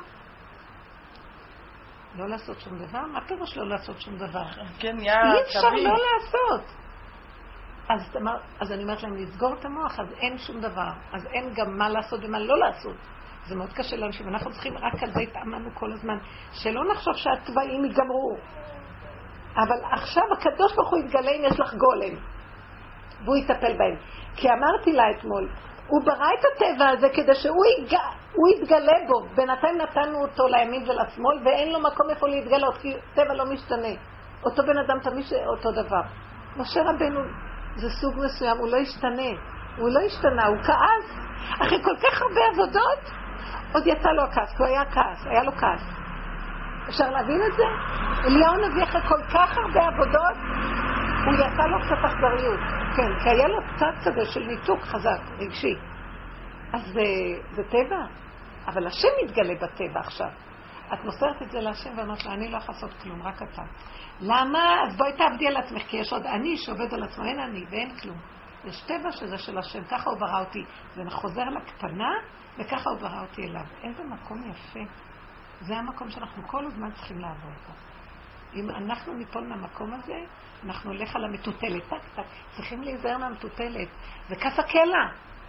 לא לעשות שום דבר? מה פירוש לא לעשות שום דבר? כן, אי אפשר לא לעשות. אז, אז אני אומרת להם, לסגור את המוח, אז אין שום דבר. אז אין גם מה לעשות ומה לא לעשות. זה מאוד קשה לאנשים, אנחנו צריכים רק על זה התאמנו כל הזמן, שלא נחשוב שהטבעים ייגמרו. אבל עכשיו הקדוש ברוך הוא יתגלה אם יש לך גולם, והוא יטפל בהם. כי אמרתי לה אתמול, הוא ברא את הטבע הזה כדי שהוא יג... יתגלה בו. בינתיים נתנו אותו לימין ולשמאל, ואין לו מקום איפה להתגלות, כי טבע לא משתנה. אותו בן אדם תמיד אותו דבר. משה רבנו זה סוג מסוים, הוא לא ישתנה. הוא לא השתנה, הוא כעס. אחרי כל כך הרבה עבודות, עוד יצא לו הכעס, כי הוא היה כעס, היה לו כעס. אפשר להבין את זה? אליהו נביא אחרי כל כך הרבה עבודות, הוא יצא לו קצת אכזריות. כן, כי היה לו קצת כזה של ניתוק חזק, רגשי. אז זה, זה טבע. אבל השם מתגלה בטבע עכשיו. את מוסרת את זה להשם ואומרת לה, אני לא יכול לעשות כלום, רק אתה. למה? אז בואי תעבדי על עצמך, כי יש עוד אני שעובד על עצמו, אין אני ואין כלום. יש טבע שזה של השם, ככה הוא ברא אותי. זה חוזר לקטנה, וככה הוא ברא אותי אליו. איזה מקום יפה. זה המקום שאנחנו כל הזמן צריכים לעבור פה. אם אנחנו ניפול מהמקום הזה, אנחנו הולך על המטוטלת. טק, טק. צריכים להיזהר מהמטוטלת. זה כף הקלע.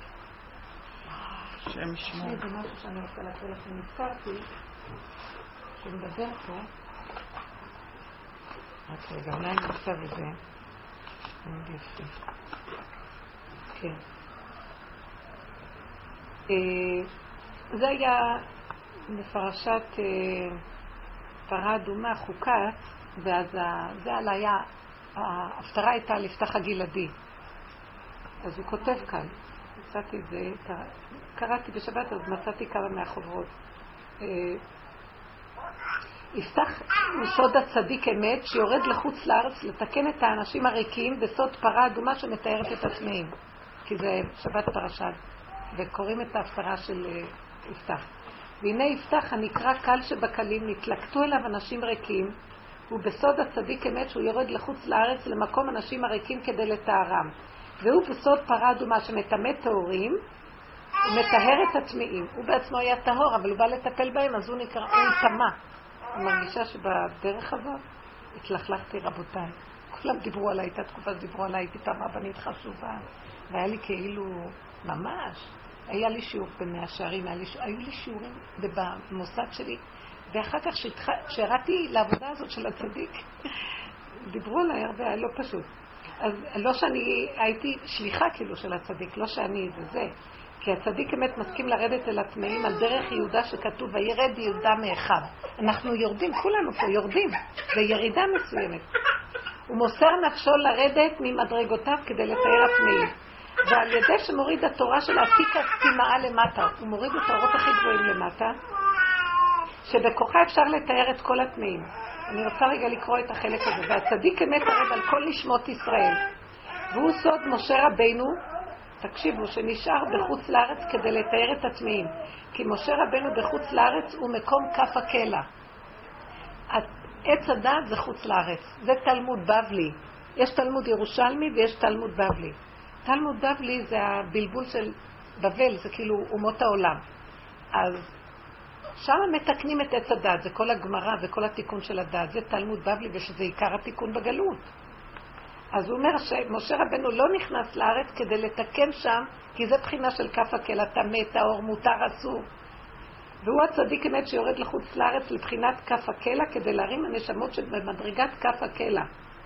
שם שמור. זה משהו שאני רוצה להקריא לכם. נזכרתי, שמדבר פה. רק רגע, אולי אני עושה את זה. מאוד יפה. כן. זה היה בפרשת פרה אדומה, חוקת, ואז זה היה, ההפטרה הייתה לפתח הגלעדי. אז הוא כותב כאן, מצאתי את זה, קראתי בשבת, אז מצאתי כמה מהחוברות. יפתח מסוד הצדיק אמת שיורד לחוץ לארץ לתקן את האנשים הריקים בסוד פרה אדומה שמתארת את עצמאים. כי זה שבת פרשת, וקוראים את ההפטרה של יפתח. והנה יפתח הנקרא קל שבקלים, נתלקטו אליו אנשים ריקים, הוא בסוד הצדיק אמת שהוא יורד לחוץ לארץ למקום אנשים הריקים כדי לתארם. והוא בסוד פרה אדומה שמטמא טהורים, הוא מטהר את הטמאים. הוא בעצמו היה טהור, אבל הוא בא לטפל בהם, אז הוא נקרא, הוא טמא. אני מרגישה שבדרך הזאת התלכלכתי רבותיי. כולם דיברו עליי, הייתה תקופה שדיברו עליי, הייתי פעם רבנית חשובה, והיה לי כאילו, ממש, היה לי שיעור במאה שערים, לי, היו לי שיעורים במוסד שלי, ואחר כך שהראיתי לעבודה הזאת של הצדיק, דיברו עליי הרבה, היה לא פשוט. אז לא שאני הייתי שליחה כאילו של הצדיק, לא שאני זה זה, כי הצדיק אמת מסכים לרדת אל הטמאים על דרך יהודה שכתוב, וירד יהודה מאחיו. אנחנו יורדים, כולנו פה יורדים, זה ירידה מסוימת. הוא מוסר נפשו לרדת ממדרגותיו כדי לתאר הטמאים. ועל ידי שמוריד התורה של עתיק הסתימאה למטה, הוא מוריד את האורות הכי גבוהים למטה, שבכוחה אפשר לתאר את כל הטמאים. אני רוצה רגע לקרוא את החלק הזה. והצדיק אמת ערב על כל נשמות ישראל. והוא סוד משה רבנו, תקשיבו, שנשאר בחוץ לארץ כדי לתאר את הטמאים. כי משה רבנו בחוץ לארץ הוא מקום כף הקלע. עץ הדת זה חוץ לארץ. זה תלמוד בבלי. יש תלמוד ירושלמי ויש תלמוד בבלי. תלמוד בבלי זה הבלבול של בבל, זה כאילו אומות העולם. אז שם מתקנים את עץ הדת, זה כל הגמרא וכל התיקון של הדת. זה תלמוד בבלי ושזה עיקר התיקון בגלות. אז הוא אומר שמשה רבנו לא נכנס לארץ כדי לתקן שם, כי זה בחינה של כף הקלע, טמא, טהור, מותר, אסור. והוא הצדיק אמת שיורד לחוץ לארץ לבחינת כף הקלע כדי להרים הנשמות שבמדרגת כף הקלע.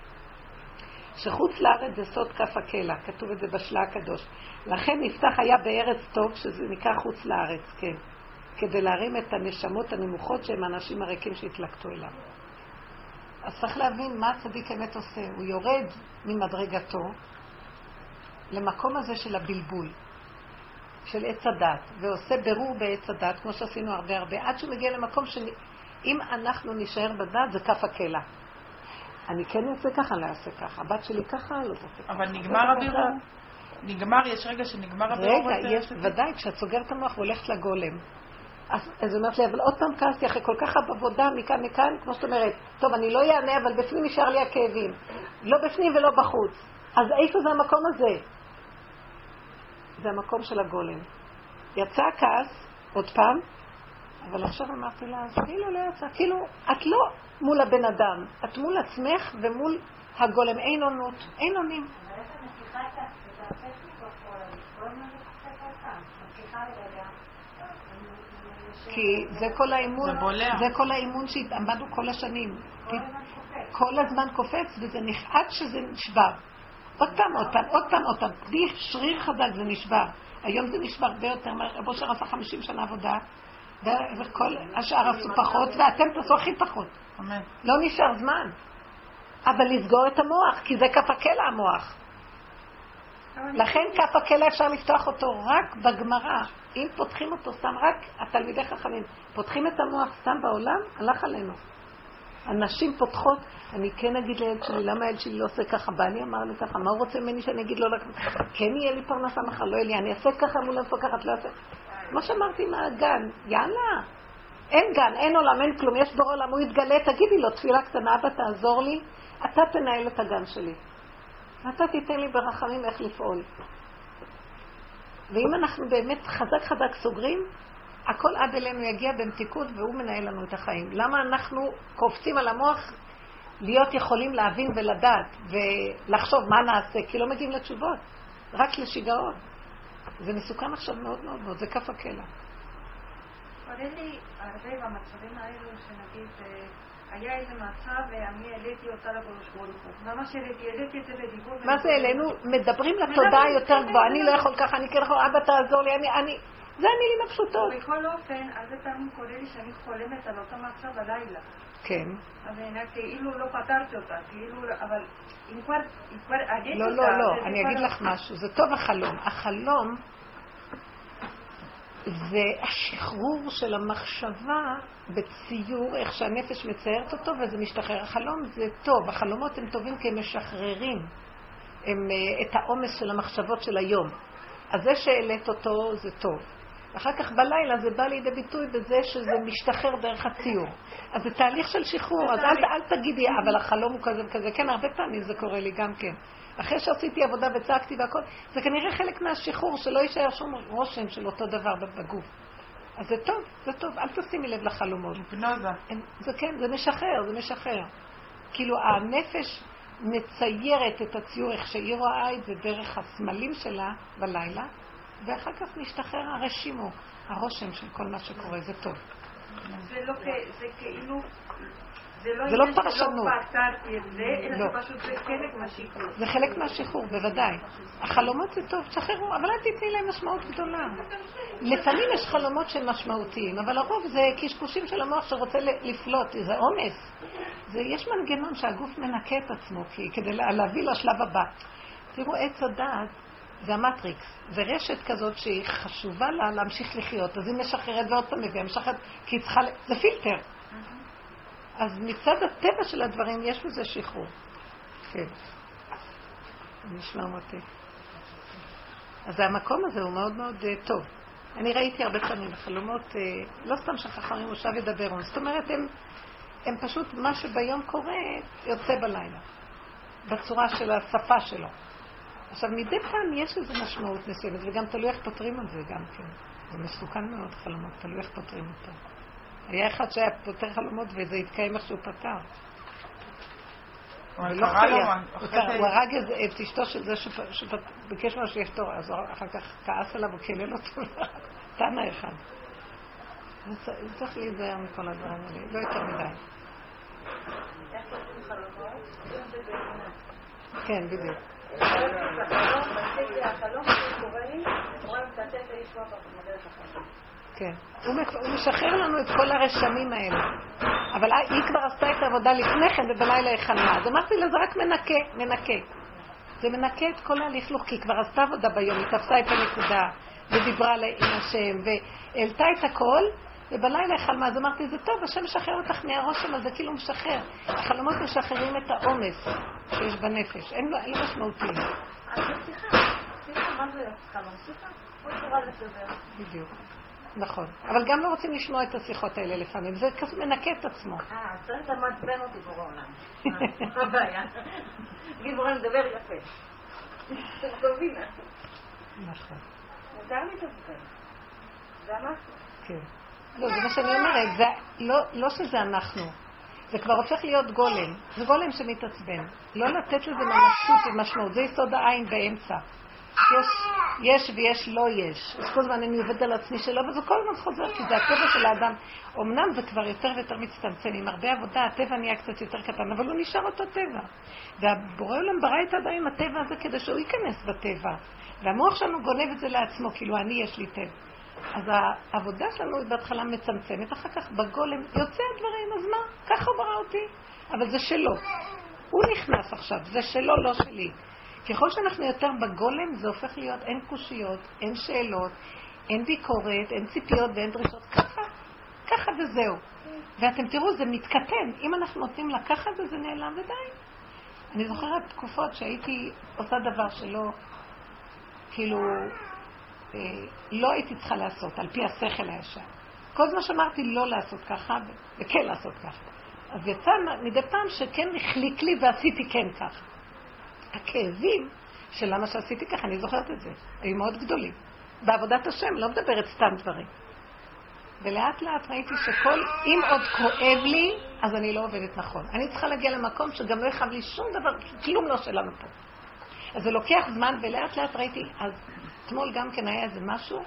שחוץ לארץ זה סוד כף הקלע, כתוב את זה בשלה הקדוש. לכן נפתח היה בארץ טוב, שזה נקרא חוץ לארץ, כן. כדי להרים את הנשמות הנמוכות שהם האנשים הריקים שהתלקטו אליו. אז צריך להבין מה הצדיק אמת עושה. הוא יורד ממדרגתו למקום הזה של הבלבול, של עץ הדת, ועושה ברור בעץ הדת, כמו שעשינו הרבה הרבה, עד שהוא מגיע למקום שאם אנחנו נשאר בדת זה כף הקלע. אני כן אעשה ככה, לא אעשה ככה. הבת שלי ככה, לא תעשה ככה. אבל נגמר הבירור. נגמר, יש רגע שנגמר הבירור. רגע, יש, ודאי, כשאת סוגרת המוח והולכת לגולם. אז היא אומרת לי, אבל עוד פעם כעסתי אחרי כל כך עבודה מכאן מכאן, כמו שאת אומרת, טוב, אני לא יענה, אבל בפנים נשאר לי הכאבים. לא בפנים ולא בחוץ. אז איפה זה המקום הזה? זה המקום של הגולם. יצא כעס, עוד פעם, אבל עכשיו אמרתי לה, אז כאילו לא יצא, כאילו, את לא מול הבן אדם, את מול עצמך ומול הגולם, אין עונות, אין עונים. אבל איך אני משיחה את הפסק בפועל, כל הזמן זה קופץ עוד פעם, משיחה לרגע. כי זה כל האימון, זה כל האימון שהתעמדנו כל השנים. כל הזמן קופץ וזה עד שזה נשבר. עוד פעם, עוד פעם, עוד פעם, עוד פעם. די שריר חזק זה נשבר. היום זה נשבר הרבה יותר. רבו שר עשה חמישים שנה עבודה, וכל השאר עשו פחות, ואתם תעשו הכי פחות. לא נשאר זמן. אבל לסגור את המוח, כי זה כף הקלע המוח. לכן כף הקלע אפשר לפתוח אותו רק בגמרא. אם פותחים אותו סתם, רק התלמידי חכמים פותחים את המוח סתם בעולם, הלך עלינו. הנשים פותחות, אני כן אגיד לילד שלי, למה הילד שלי לא עושה ככה? בעלי אמר לי ככה, מה הוא רוצה ממני שאני אגיד לו לכך? כן יהיה לי פרנסה מחר, לא יהיה לי, אני אעשה ככה מול המפקחת, לא אעשה. כמו שאמרתי מהגן, יאללה, אין גן, אין עולם, אין כלום, יש בור עולם, הוא יתגלה, תגידי לו, תפילה קטנה, אבא תעזור לי, אתה תנהל את הגן שלי. אתה תיתן לי ברחמים איך לפעול. ואם אנחנו באמת חזק חזק סוגרים, הכל עד אלינו יגיע במתיקות והוא מנהל לנו את החיים. למה אנחנו קופצים על המוח להיות יכולים להבין ולדעת ולחשוב מה נעשה? כי לא מגיעים לתשובות, רק לשיגעות. זה מסוכן עכשיו מאוד מאוד מאוד, זה כף הקלע. קורא לי הרבה במצבים האלו שנגיד היה איזה מצב ואני העליתי אותה לקדוש ברוך הוא. ממש העליתי את זה בדיבור. מה זה אלינו? מדברים לתודעה יותר גבוהה. אני לא יכול ככה, אני כן יכול, אבא תעזור לי, אני, אני... זה המילים הפשוטות. בכל אופן, הרבה פעמים קורא לי שאני חולמת על אותו מצב בלילה. כן. אז אני כאילו לא פתרתי אותה, כאילו, אבל אם כבר, אם כבר עדיין אותה... לא, לא, לא, אני אגיד לך משהו, זה טוב החלום. החלום זה השחרור של המחשבה בציור, איך שהנפש מציירת אותו וזה משתחרר. החלום זה טוב, החלומות הם טובים כי הם משחררים הם, את העומס של המחשבות של היום. אז זה שהעלית אותו זה טוב. אחר כך בלילה זה בא לידי ביטוי בזה שזה משתחרר דרך הציור. אז זה תהליך של שחרור, אז אל, אל תגידי, אבל החלום הוא כזה וכזה. כן, הרבה פעמים זה קורה לי גם כן. אחרי שעשיתי עבודה וצעקתי והכל, זה כנראה חלק מהשחרור שלא יישאר שום רושם של אותו דבר בגוף. אז זה טוב, זה טוב, אל תשימי לב לחלומות. זה כן, זה משחרר, זה משחרר. כאילו הנפש מציירת את הציור איך שהיא רואה את זה דרך הסמלים שלה בלילה, ואחר כך משתחרר הרשימו, הרושם של כל מה שקורה, זה טוב. זה לא זה כאילו... זה לא פרשנות. שלא פתרתי את זה, אלא זה פשוט זה חלק מהשחרור. זה חלק מהשחרור, בוודאי. החלומות זה טוב, תשחררו, אבל אל תתני להם משמעות גדולה. לפעמים יש חלומות שהם משמעותיים, אבל הרוב זה קשקושים של המוח שרוצה לפלוט, זה עומס. זה, יש מנגנון שהגוף מנקה את עצמו כדי להביא לשלב הבא. תראו, עץ הדעת זה המטריקס, זה רשת כזאת שהיא חשובה לה להמשיך לחיות, אז היא משחררת ועוד פעם מביאה, משחררת, כי היא צריכה, זה פילטר. אז מצד הטבע של הדברים יש בזה שחרור. כן. נשמע מותי. אז המקום הזה הוא מאוד מאוד uh, טוב. אני ראיתי הרבה פעמים בחלומות, uh, לא סתם שחכמים מושב ידברון. זאת אומרת, הם, הם פשוט מה שביום קורה יוצא בלילה. בצורה של השפה שלו. עכשיו, מדי פעם יש איזו משמעות מסוימת, וגם תלוי איך פותרים את זה גם כן. זה מסוכן מאוד חלומות, תלוי איך פותרים אותו. היה אחד שהיה פותר חלומות וזה התקיים איך שהוא פתר. הוא הרג את אשתו של זה שביקש מה שיפתור, אז אחר כך כעס עליו וכלל אותו, תנה אחד. זה צריך להיזהר מכל הדברים האלה, לא יותר מדי. איך פותרים חלומות? כן, בדיוק. החלום שקורה לי, קורה מתעטף לישוע בדרך החלום. כן, הוא משחרר לנו את כל הרשמים האלה. אבל היא כבר עשתה את העבודה לפני כן ובלילה היא חלמה. אז אמרתי לה, זה רק מנקה, מנקה. זה מנקה את כל הלכלוך, כי היא כבר עשתה עבודה ביום, היא תפסה את הנקודה ודיברה עם השם והעלתה את הכל, ובלילה היא חלמה. אז אמרתי, זה טוב, השם משחרר אותך מהרושם הזה, כאילו משחרר. החלומות משחררים את העומס שיש בנפש, אין לו משמעותיים. אז סליחה, סליחה, מה זה חלום? סליחה, עוד צורה לסבר. בדיוק. נכון. אבל גם לא רוצים לשמוע את השיחות האלה לפעמים. זה מנקה את עצמו. אה, צריך למעצבן אותי בורא עולם. מה הבעיה? תגיד בורא מדבר יפה. אתם טובים. נכון. מותר לי תבחר. זה אנחנו. כן. לא, זה מה שאני אומרת. זה לא שזה אנחנו. זה כבר הופך להיות גולם. זה גולם שמתעצבן. לא לתת לזה ממשות ומשמעות. זה יסוד העין באמצע. יש, יש ויש לא יש. אז כל הזמן אני עובד על עצמי שלא, וזה כל הזמן חוזר, כי זה הטבע של האדם. אמנם זה כבר יותר ויותר מצטמצם, עם הרבה עבודה, הטבע נהיה קצת יותר קטן, אבל הוא נשאר אותו טבע. והבורא עולם ברא את האדם עם הטבע הזה כדי שהוא ייכנס בטבע. והמוח שלנו גונב את זה לעצמו, כאילו אני יש לי טבע. אז העבודה שלנו היא בהתחלה מצמצמת, אחר כך בגולם יוצא הדברים, אז מה? ככה ברא אותי. אבל זה שלו. הוא נכנס עכשיו, זה שלו, לא שלי. ככל שאנחנו יותר בגולם, זה הופך להיות אין קושיות, אין שאלות, אין ביקורת, אין ציפיות ואין דרישות. ככה, ככה וזהו. ואתם תראו, זה מתקטן. אם אנחנו נותנים לה ככה, זה נעלם ודי. אני זוכרת תקופות שהייתי עושה דבר שלא, כאילו, אה, לא הייתי צריכה לעשות, על פי השכל הישר. כל זמן שאמרתי לא לעשות ככה, וכן לעשות ככה. אז יצא מדי פעם שכן החליק לי ועשיתי כן ככה. הכאבים של למה שעשיתי ככה, אני זוכרת את זה, היו מאוד גדולים. בעבודת השם, לא מדברת סתם דברים. ולאט לאט ראיתי שכל, אם עוד כואב לי, אז אני לא עובדת נכון. אני צריכה להגיע למקום שגם לא יכאב לי שום דבר, כלום לא שלנו פה. אז זה לוקח זמן, ולאט לאט ראיתי, אז אתמול גם כן היה איזה משהו,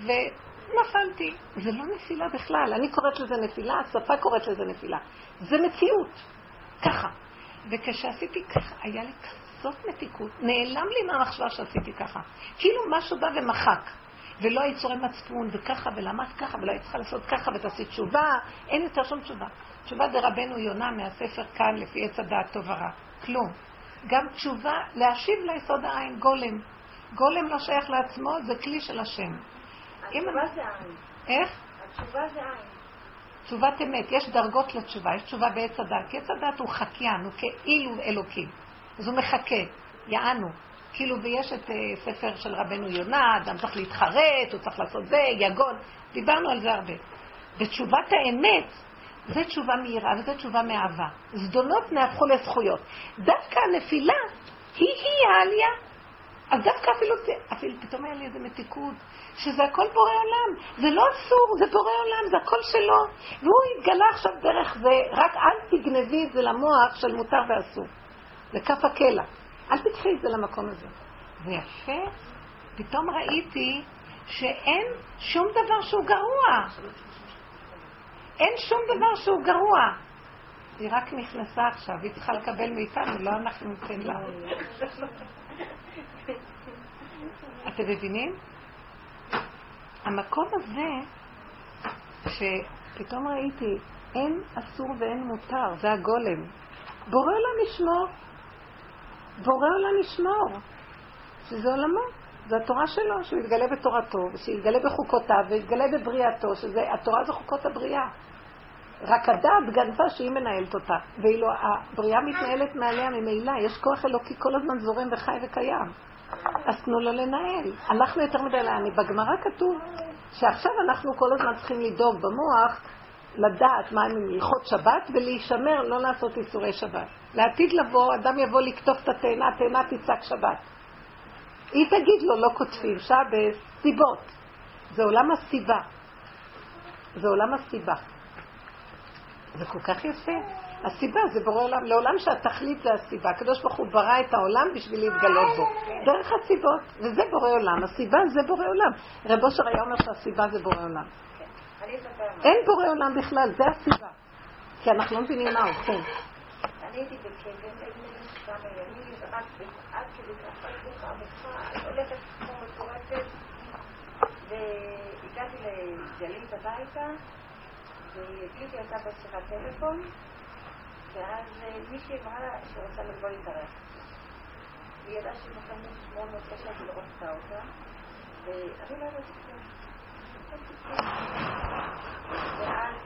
ונפלתי. זה לא נפילה בכלל, אני קוראת לזה נפילה, השפה קוראת לזה נפילה. זה מציאות, ככה. וכשעשיתי ככה, היה לי ככה. זאת מתיקות. נעלם לי מהמחשבה שעשיתי ככה. כאילו משהו בא ומחק. ולא היצורי מצפון, וככה, ולמד ככה, ולא היית צריכה לעשות ככה, ותעשי תשובה. אין יותר שום תשובה. תשובה דרבנו יונה מהספר כאן, לפי עץ הדעת טוב ורע. כלום. גם תשובה, להשיב ליסוד העין, גולם. גולם לא שייך לעצמו, זה כלי של השם. התשובה זה עין. איך? התשובה זה עין. תשובת אמת. יש דרגות לתשובה. יש תשובה בעץ הדעת. כי עץ הדעת הוא חקיין, הוא כאילו אלוקים. אז הוא מחכה, יענו. כאילו, ויש את uh, ספר של רבנו יונה, אדם צריך להתחרט, הוא צריך לעשות זה, יגון. דיברנו על זה הרבה. בתשובת האמת, זה תשובה מהירה וזה תשובה מאהבה. זדונות נהפכו לזכויות. דווקא הנפילה היא-היא העלייה. אז דווקא אפילו, אפילו פתאום היה לי איזה מתיקות, שזה הכל בורא עולם. זה לא אסור, זה בורא עולם, זה הכל שלו. והוא התגלה עכשיו דרך זה, רק אל תגנבי את זה למוח של מותר ואסור. זה כף הקלע. אל תקחי את זה למקום הזה. זה יפה. פתאום ראיתי שאין שום דבר שהוא גרוע. אין שום דבר שהוא גרוע. היא רק נכנסה עכשיו, היא צריכה לקבל מאיתנו, לא אנחנו ניתן לה. אתם מבינים? המקום הזה, שפתאום ראיתי, אין אסור ואין מותר, זה הגולם. בורא עולם ישמור. בורא עולם ישמור. שזה עולמו. זה התורה שלו, שהוא יתגלה בתורתו, ושיתגלה בחוקותיו, ויתגלה בבריאתו, שזה, התורה זה חוקות הבריאה. רק הדעת גנבה שהיא מנהלת אותה. ואילו הבריאה מתנהלת מעליה ממילא, יש כוח אלוקי כל הזמן זורם וחי וקיים. אז תנו לו לנהל. אנחנו יותר מדי לעני. בגמרא כתוב שעכשיו אנחנו כל הזמן צריכים לדאוג במוח, לדעת מה הם הלכות שבת, ולהישמר לא לעשות איסורי שבת. לעתיד לבוא, אדם יבוא לקטוף את התאנה, התאנה תצעק שבת. היא תגיד לו, לא כותפים, שבת, סיבות. זה עולם הסיבה. זה עולם הסיבה. זה כל כך יפה. הסיבה זה בורא עולם, לעולם שהתכלית זה הסיבה. הקדוש ברוך הוא ברא את העולם בשביל להתגלות בו. דרך הסיבות, וזה בורא עולם. הסיבה זה בורא עולם. רב אושר היה אומר שהסיבה זה בורא עולם. אין בורא עולם בכלל, זה הסיבה. כי אנחנו לא מבינים מה הוא, כן. אני הייתי בקדם, הייתי כמה ימים, רק עד כדי ככה, ככה, ככה, הולכת כמו מטורפת, והגעתי לגלית הביתה, והגליתי אותה בשיחת טלפון, ואז מישהי אמרה שרוצה לבוא להתארח. היא ידעה שהיא מוכנה מאוד מאוד קשה ולא רצתה אותה, ואני לא יודעת כלום. ואז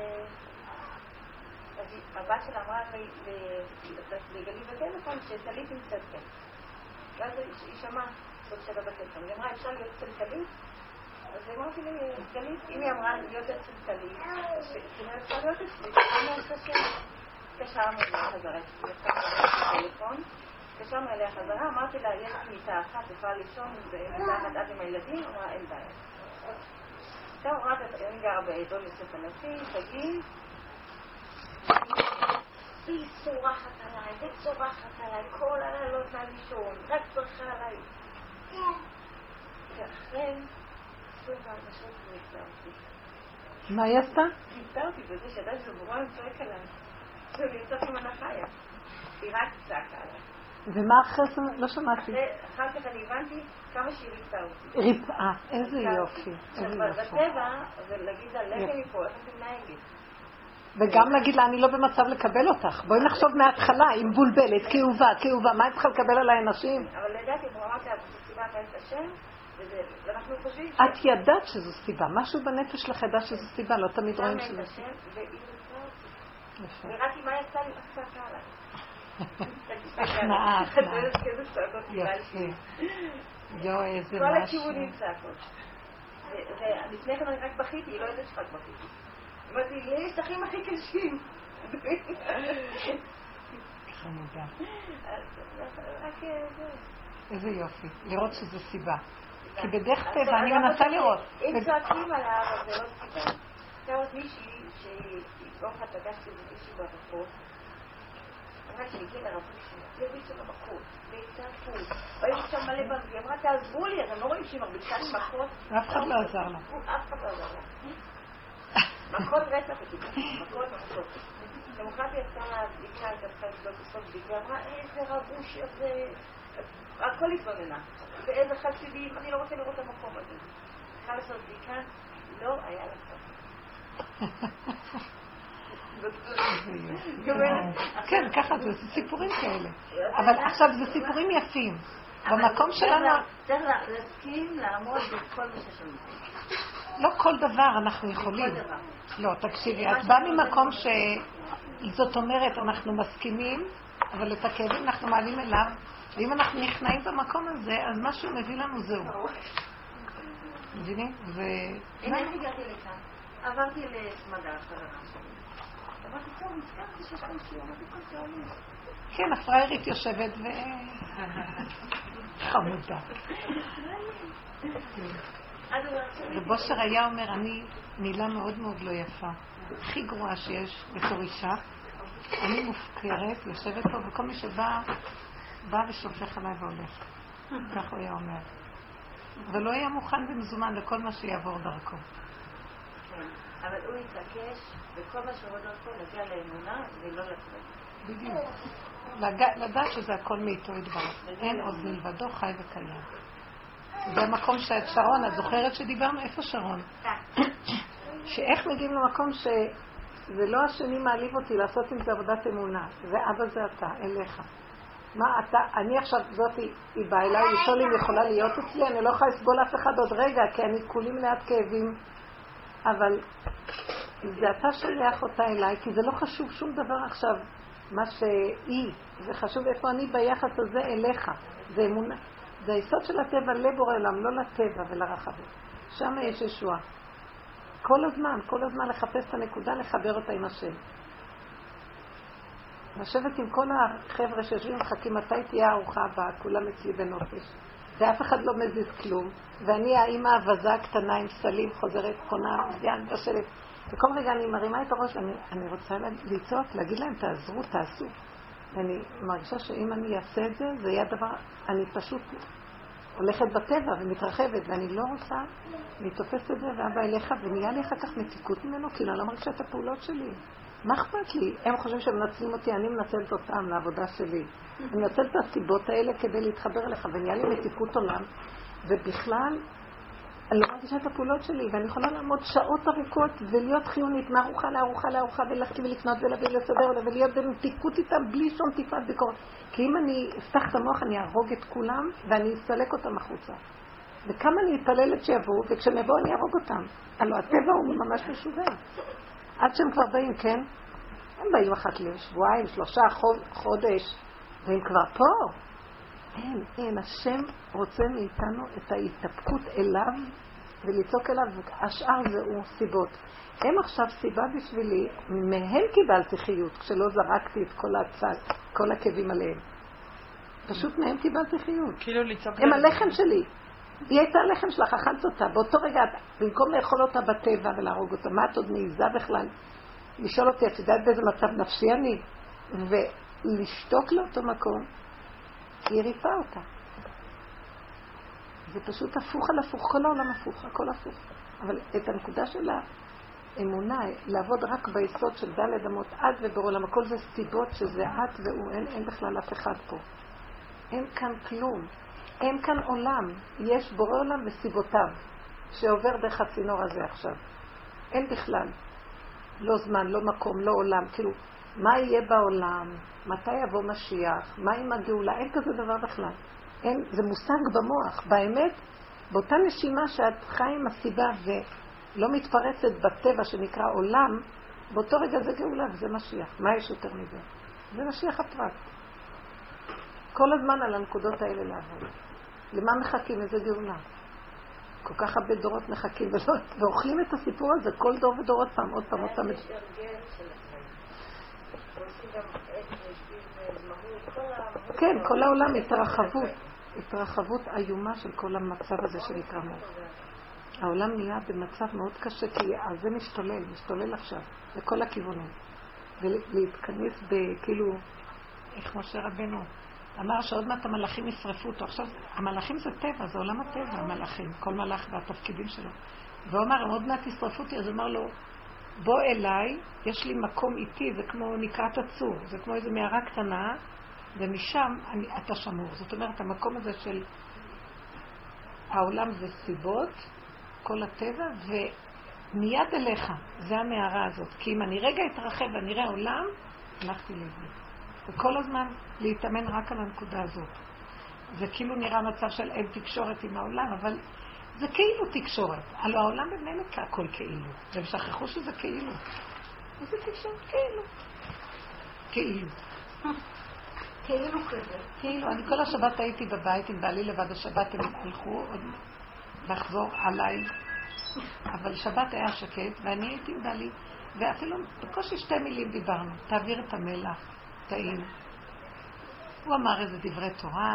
הבת שלה אמרה לגלי בטלפון שטלית נמצאת כאן. ואז היא שמעה עוד שבע בטלפון. היא אמרה, אפשר להיות אצל טלית? אז אמרתי לי, גלית, אם היא אמרה להיות אצל גלית, שאני רוצה להיות אצלי, אני רוצה שקשרנו אליה חזרה, טלפון, קשרנו אליה חזרה, אמרתי לה, יש לי מיטה אחת, יכולה לישון במיטה אחת עד עם הילדים, אמרה, אין בעיה. עכשיו אמרת, אני גרה בעדו לסוף הנשיא, תגיד, היא צורחת עליי, היא צורחת עליי, כל עליי לא נתנה לישון, רק צריכה עליי. ואחרי עשרים וארבע שעות הוא נקטע אותי. מה היא עשתה? נקטע אותי בזה שידע שזה בורא צועק עליי. ונמצאת עם הנחיה. היא רק צעקה עליי. ומה אחרי זה? לא שמעתי. אחר כך אני הבנתי כמה שהיא ריפאה אותי. ריפאה, איזה יופי. בטבע, ולהגיד לה, לכי מפה, איך את מתנהגת? וגם להגיד לה, אני לא במצב לקבל אותך. בואי נחשוב מההתחלה, היא מבולבלת, כאובה, כאובה. מה היא צריכה לקבל עליי אנשים? אבל לדעתי, הוא אמרת לה, סיבה אתה את השם, ואנחנו חושבים ש... את ידעת שזו סיבה. משהו בנפש שלך ידע שזו סיבה, לא תמיד רואים שזו סיבה. ורק אם היה יצא לי, רק צעקה עליי. הכנעה, הכנעה. איזה צעקות קיבלתי. יו, איזה משהו. כל הכיוונים צעקות. ולפני כן אני רק בכיתי, היא לא יודעת שרק בכיתי. אמרתי, יש שטחים הכי קשים. חמודה. רק זה. איזה יופי, לראות שזו סיבה. כי בדרך טבע אני מנסה לראות. אם צועקים עליו, אז זה לא סיבה. הייתה עוד מישהי שהיא לא אחת פגשתי במישהי ברחוב. אמרה שהיא הגיעה לרבות שלה, היא הביצה במכות, והצעקו. והיו שם מלא בנו, היא אמרה, תעזבו לי, אז הם לא רואים שהיא מרביצה לי מכות. אף אחד לא עזר לה. אף אחד לא עזר לה. מכות רצח וקיבלה, מכות מכות. דמוקרטיה יצאה לה בדיקה, היא תפכה לבדוק בסוף בדיקה, אמרה, איזה רבוש הזה, הכל התלוננה. ואיזה חסידים, אני לא רוצה לראות את המקום הזה. צריכה לעשות בדיקה, לא היה לה סוף. כן, ככה זה סיפורים כאלה. אבל עכשיו זה סיפורים יפים. במקום שלנו... צריך להסכים לעמוד בכל מה ששמעו. לא כל דבר אנחנו יכולים. לא, תקשיבי, את באה ממקום ש... זאת אומרת, אנחנו מסכימים, אבל את הכאבים אנחנו מעלים אליו, ואם אנחנו נכנעים במקום הזה, אז מה שהוא מביא לנו זהו. מבינים? ו... הנה, הגעתי לכאן. עברתי לסמדה אחרת. אמרתי, טוב, נזכרתי שיש כאן שיעור, אמרתי, כל שעולים. כן, הפריירית יושבת ו... חמודה. ובושר היה אומר, אני מילה מאוד מאוד לא יפה. הכי גרועה שיש בתור אישה. אני מופקרת, יושבת פה, וכל מי שבא, בא ושופך עליי והולך. כך הוא היה אומר. ולא היה מוכן ומזומן לכל מה שיעבור דרכו. אבל הוא התעקש, וכל מה שעבור דרכו להגיע לאמונה ולא לצאת. בדיוק. לדעת שזה הכל מאיתו יתברך. אין עוד מלבדו חי וקיים. זה המקום שאת שרון, את זוכרת שדיברנו? איפה שרון? שאיך מגיעים למקום שזה לא השני מעליב אותי לעשות עם זה עבודת אמונה. זה אבא זה אתה, אליך. מה אתה, אני עכשיו, זאת היא באה אליי, לשאול אם יכולה להיות אצלי, אני לא יכולה לסבול אף אחד עוד רגע, כי אני כולי מלאת כאבים. אבל זה אתה שולח אותה אליי, כי זה לא חשוב שום דבר עכשיו, מה שהיא, זה חשוב איפה אני ביחס הזה אליך. זה אמונה, זה היסוד של הטבע לבורא עולם, לא לטבע ולרחבים. שם יש ישועה. כל הזמן, כל הזמן לחפש את הנקודה, לחבר אותה עם השם. לשבת עם כל החבר'ה שיושבים מחכים, מתי תהיה הארוחה הבאה, כולם אצלי בנופש. ואף אחד לא מזיז כלום. ואני האמא הווזה הקטנה עם סלים, חוזרת, קונה, יד בשלט. וכל רגע אני מרימה את הראש, ואני אני רוצה לצעוק, להגיד להם, תעזרו, תעשו. ואני מרגישה שאם אני אעשה את זה, זה יהיה דבר, אני פשוט הולכת בטבע ומתרחבת, ואני לא רוצה, אני תופסת את זה, ואבא אליך, ונהיה לי אחר כך מתיקות ממנו, כאילו אני לא מרגישה את הפעולות שלי. מה אכפת לי? הם חושבים שהם מנצלים אותי, אני מנצלת אותם לעבודה שלי. אני מנצלת את הסיבות האלה כדי להתחבר אליך, ונהיה לי מתיקות עולם, ובכלל, אני לא מרגישה את הפעולות שלי, ואני יכולה לעמוד שעות ארוכות, ולהיות חיונית מארוחה לארוחה לארוחה, ולהחכי ולקנות ולהביא לסדר, ולהיות במתיקות איתם בלי שום טיפת ביקורת. כי אם אני אפתח את המוח, אני ארוג את כולם, ואני אסלק אותם החוצה. וכמה אני אתפללת שיבואו, וכשהם יבואו אני ארוג אותם. הלוא הטבע הוא ממש משובב. עד שהם כבר באים, כן? הם באים אחת לשבועיים, שלושה, חודש, והם כבר פה. אין, אין, השם רוצה מאיתנו את ההתאפקות אליו ולצעוק אליו, השאר זהו סיבות. הם עכשיו סיבה בשבילי, מהם קיבלתי חיות, כשלא זרקתי את כל הצל, כל הכאבים עליהם. פשוט מהם קיבלתי חיות. כאילו לצעוק... הם הלחם שלי. היא הייתה הלחם שלך, אכלת אותה. באותו רגע, במקום לאכול אותה בטבע ולהרוג אותה, מה את עוד מעיזה בכלל? לשאול אותי, את יודעת באיזה מצב נפשי אני? ולשתוק לאותו מקום, היא ריפה אותה. זה פשוט הפוך על הפוך, כל העולם הפוך, הכל הפוך. אבל את הנקודה של האמונה, לעבוד רק ביסוד של ד' אמות עד ובעולם, הכל זה סיבות שזה את והוא, אין, אין בכלל אף אחד פה. אין כאן כלום. אין כאן עולם. יש בורא עולם וסיבותיו, שעובר דרך הצינור הזה עכשיו. אין בכלל. לא זמן, לא מקום, לא עולם. כאילו, מה יהיה בעולם? מתי יבוא משיח? מה עם הגאולה? אין כזה דבר בכלל. אין, זה מושג במוח. באמת, באותה נשימה שאת חי עם הסיבה ולא מתפרצת בטבע שנקרא עולם, באותו רגע זה גאולה וזה משיח. מה יש יותר מזה? זה משיח הפרט. כל הזמן על הנקודות האלה לעבוד. למה מחכים? איזה גאולה? כל כך הרבה דורות מחכים ואוכלים את הסיפור הזה כל דור ודור עוד פעם, עוד פעם, עוד פעם. יש הרגל שלכם. עושים גם את כן, כל העולם התרחבות. התרחבות איומה של כל המצב הזה שנקרא מוח. העולם נהיה במצב מאוד קשה, כי זה משתולל, משתולל עכשיו, לכל הכיוונים. ולהתכנס בכאילו, איך משה רבנו אמר שעוד מעט המלאכים ישרפו אותו. עכשיו, המלאכים זה טבע, זה עולם הטבע, המלאכים, כל מלאך והתפקידים שלו. והוא אמר, עוד מעט ישרפו אותי, אז הוא אמר לו, בוא אליי, יש לי מקום איתי, זה כמו נקרת הצור, זה כמו איזו מערה קטנה, ומשם אני, אתה שמור. זאת אומרת, המקום הזה של העולם זה סיבות, כל הטבע, ומיד אליך, זה המערה הזאת. כי אם אני רגע אתרחב ואני אראה עולם, הלכתי לזה. וכל הזמן להתאמן רק על הנקודה הזאת. זה כאילו נראה מצב של אין תקשורת עם העולם, אבל זה כאילו תקשורת. הלוא העולם במילא הכל כאילו. והם שכחו שזה כאילו. איזה תקשורת? כאילו. כאילו. כאילו כזה. כאילו, אני כל השבת הייתי בבית עם בעלי לבד, השבת הם הלכו עוד לחזור עליי, אבל שבת היה שקט, ואני הייתי עם בעלי, ואפילו בקושי שתי מילים דיברנו, תעביר את המלח, טעים. הוא אמר איזה דברי תורה,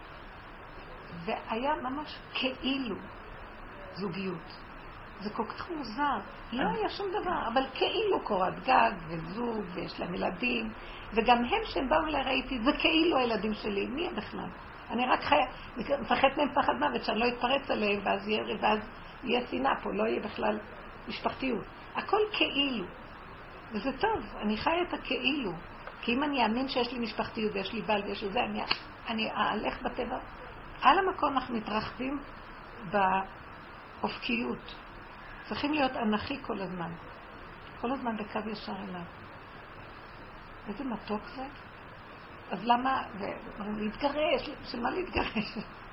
והיה ממש כאילו זוגיות. זה כל כך מוזר, לא היה שום דבר, אבל כאילו קורת גג וזוג, ויש להם ילדים, וגם הם שהם באו לראיתי, זה כאילו הילדים שלי, מי בכלל? אני רק חיה, מפחד מהם פחד מוות, שאני לא אתפרץ עליהם, ואז יהיה, ואז יהיה שנאה פה, לא יהיה בכלל משפחתיות. הכל כאילו, וזה טוב, אני חיה את הכאילו, כי אם אני אאמין שיש לי משפחתיות, ויש לי בעל ויש לי זה, אני, אני אהלך בטבע. על המקום אנחנו מתרחבים באופקיות. צריכים להיות אנכי כל הזמן. כל הזמן בקו ישר אליו. איזה מתוק זה? אז למה? להתגרש, של מה להתגרש?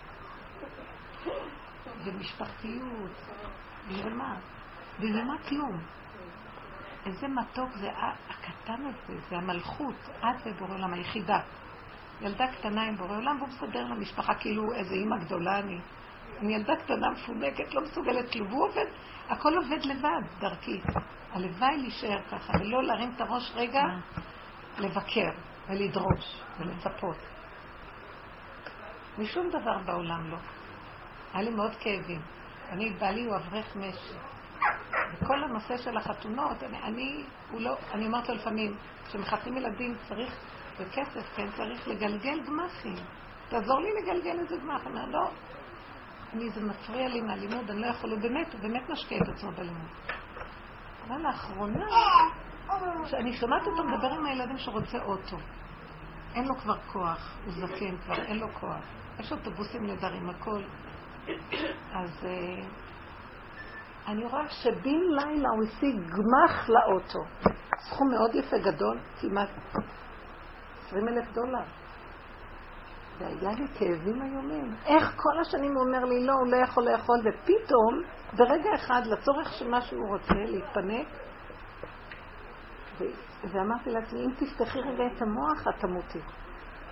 זה משפחתיות. בשביל מה? בשביל מה כלום? איזה מתוק זה הקטן הזה, זה המלכות, את ובורא עולם היחידה. ילדה קטנה עם בורא עולם, והוא מסדר למשפחה כאילו איזה אימא גדולה אני. אני ילדה קטנה מפונקת, לא מסוגלת כלום, והוא עובד, הכל עובד לבד, דרכי. הלוואי להישאר ככה, ולא להרים את הראש רגע, לבקר ולדרוש ולצפות. משום דבר בעולם לא. היה לי מאוד כאבים. אני, בעלי הוא אברך משי. וכל הנושא של החתונות, אני, אני, הוא לא, אני אומרת לו לפעמים, כשמחתנים ילדים צריך, בכסף, כן, צריך לגלגל גמחים. תעזור לי לגלגל איזה גמח. אני אומר, לא. אני, זה מפריע לי מהלימוד, אני לא יכול, הוא באמת, הוא באמת משקיע את עצמו בלימוד. אבל לאחרונה, שאני שומעת אותו מדבר עם הילדים שרוצה אוטו. אין לו כבר כוח, הוא זקן כבר, אין לו כוח. יש אוטובוסים נדרים, הכל. אז uh, אני רואה שבין לילה הוא השיג גמח לאוטו. סכום מאוד יפה גדול, כמעט עשרים אלף דולר. והיה לי כאבים איומים. איך כל השנים הוא אומר לי, לא, הוא לא יכול לאכול, ופתאום, ברגע אחד, לצורך שמה שהוא רוצה להתפנק, ו- ואמרתי לעצמי, אם תפתחי רגע את המוח, את תמותי.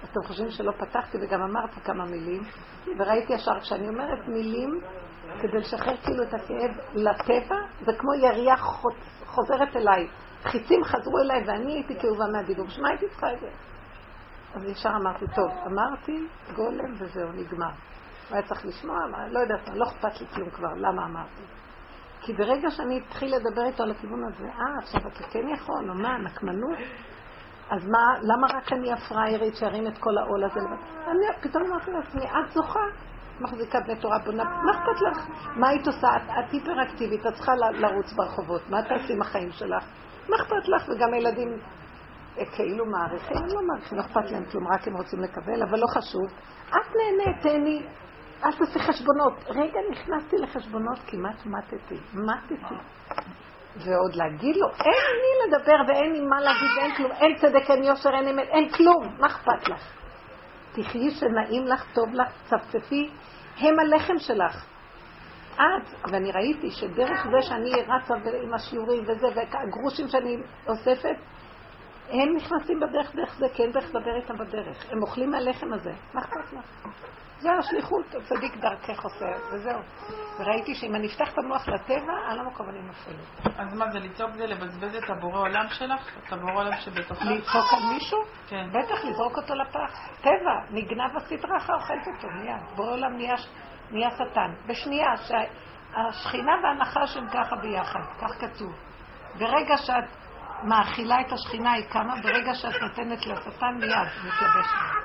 אז אתם חושבים שלא פתחתי וגם אמרתי כמה מילים, וראיתי ישר, כשאני אומרת מילים, כדי לשחרר כאילו את הכאב לטבע, זה כמו ירייה חוזרת אליי. חיצים חזרו אליי ואני הייתי כאובה מהדיבור. שמה הייתי צריכה את זה? אז ישר אמרתי, טוב, אמרתי גולם וזהו, נגמר. היה צריך לשמוע, לא יודעת, לא אכפת לי כלום כבר, למה אמרתי? כי ברגע שאני אתחיל לדבר איתו על הכיוון הזה, אה, עכשיו אתה כן יכול, או מה, נקמנות? אז מה, למה רק אני הפריירית שהרים את כל העול הזה? אני פתאום אמרתי לעצמי, את זוכה, מחזיקה בני תורה בונה, מה אכפת לך? מה היית עושה? את, את היפראקטיבית, את צריכה לרוץ ברחובות, מה תעשי עם החיים שלך? מה אכפת לך? וגם הילדים כאילו מעריכים, הם לא מעריכים, לא אכפת להם כלום, רק הם רוצים לקבל, אבל לא חשוב. את נהנית, תהני, אל תעשי חשבונות. רגע נכנסתי לחשבונות, כמעט מתתי, מתתי. ועוד להגיד לו, אין מי לדבר ואין לי מה להגיד, אין כלום, אין צדק, אין יושר, אין אמת, אין כלום, מה אכפת לך? תחיי שנעים לך, טוב לך, צפצפי, הם הלחם שלך. את, ואני ראיתי שדרך זה שאני רצה עם השיעורים וזה, והגרושים שאני אוספת, הם נכנסים בדרך דרך זה, כן דרך לדבר איתם בדרך. הם אוכלים מהלחם הזה. מה אכפת לך? זה השליחות, צדיק דרכך עושה, וזהו. וראיתי שאם אני אפתח את המוח לטבע, על המקום אני נופלת. אז מה זה, לצעוק זה לבזבז את הבורא עולם שלך? את הבורא עולם שבתוכך? לצעוק על מישהו? כן. בטח, לזרוק אותו לפח. טבע, נגנב הסטרחה, אוכלת אותו, מיד. בורא עולם נהיה, נהיה שטן. בשנייה, שהשכינה והנחש הם ככה ביחד, כך כתוב. ברגע שאת מאכילה את השכינה היא קמה, ברגע שאת נותנת לשטן מיד, מתלבשת.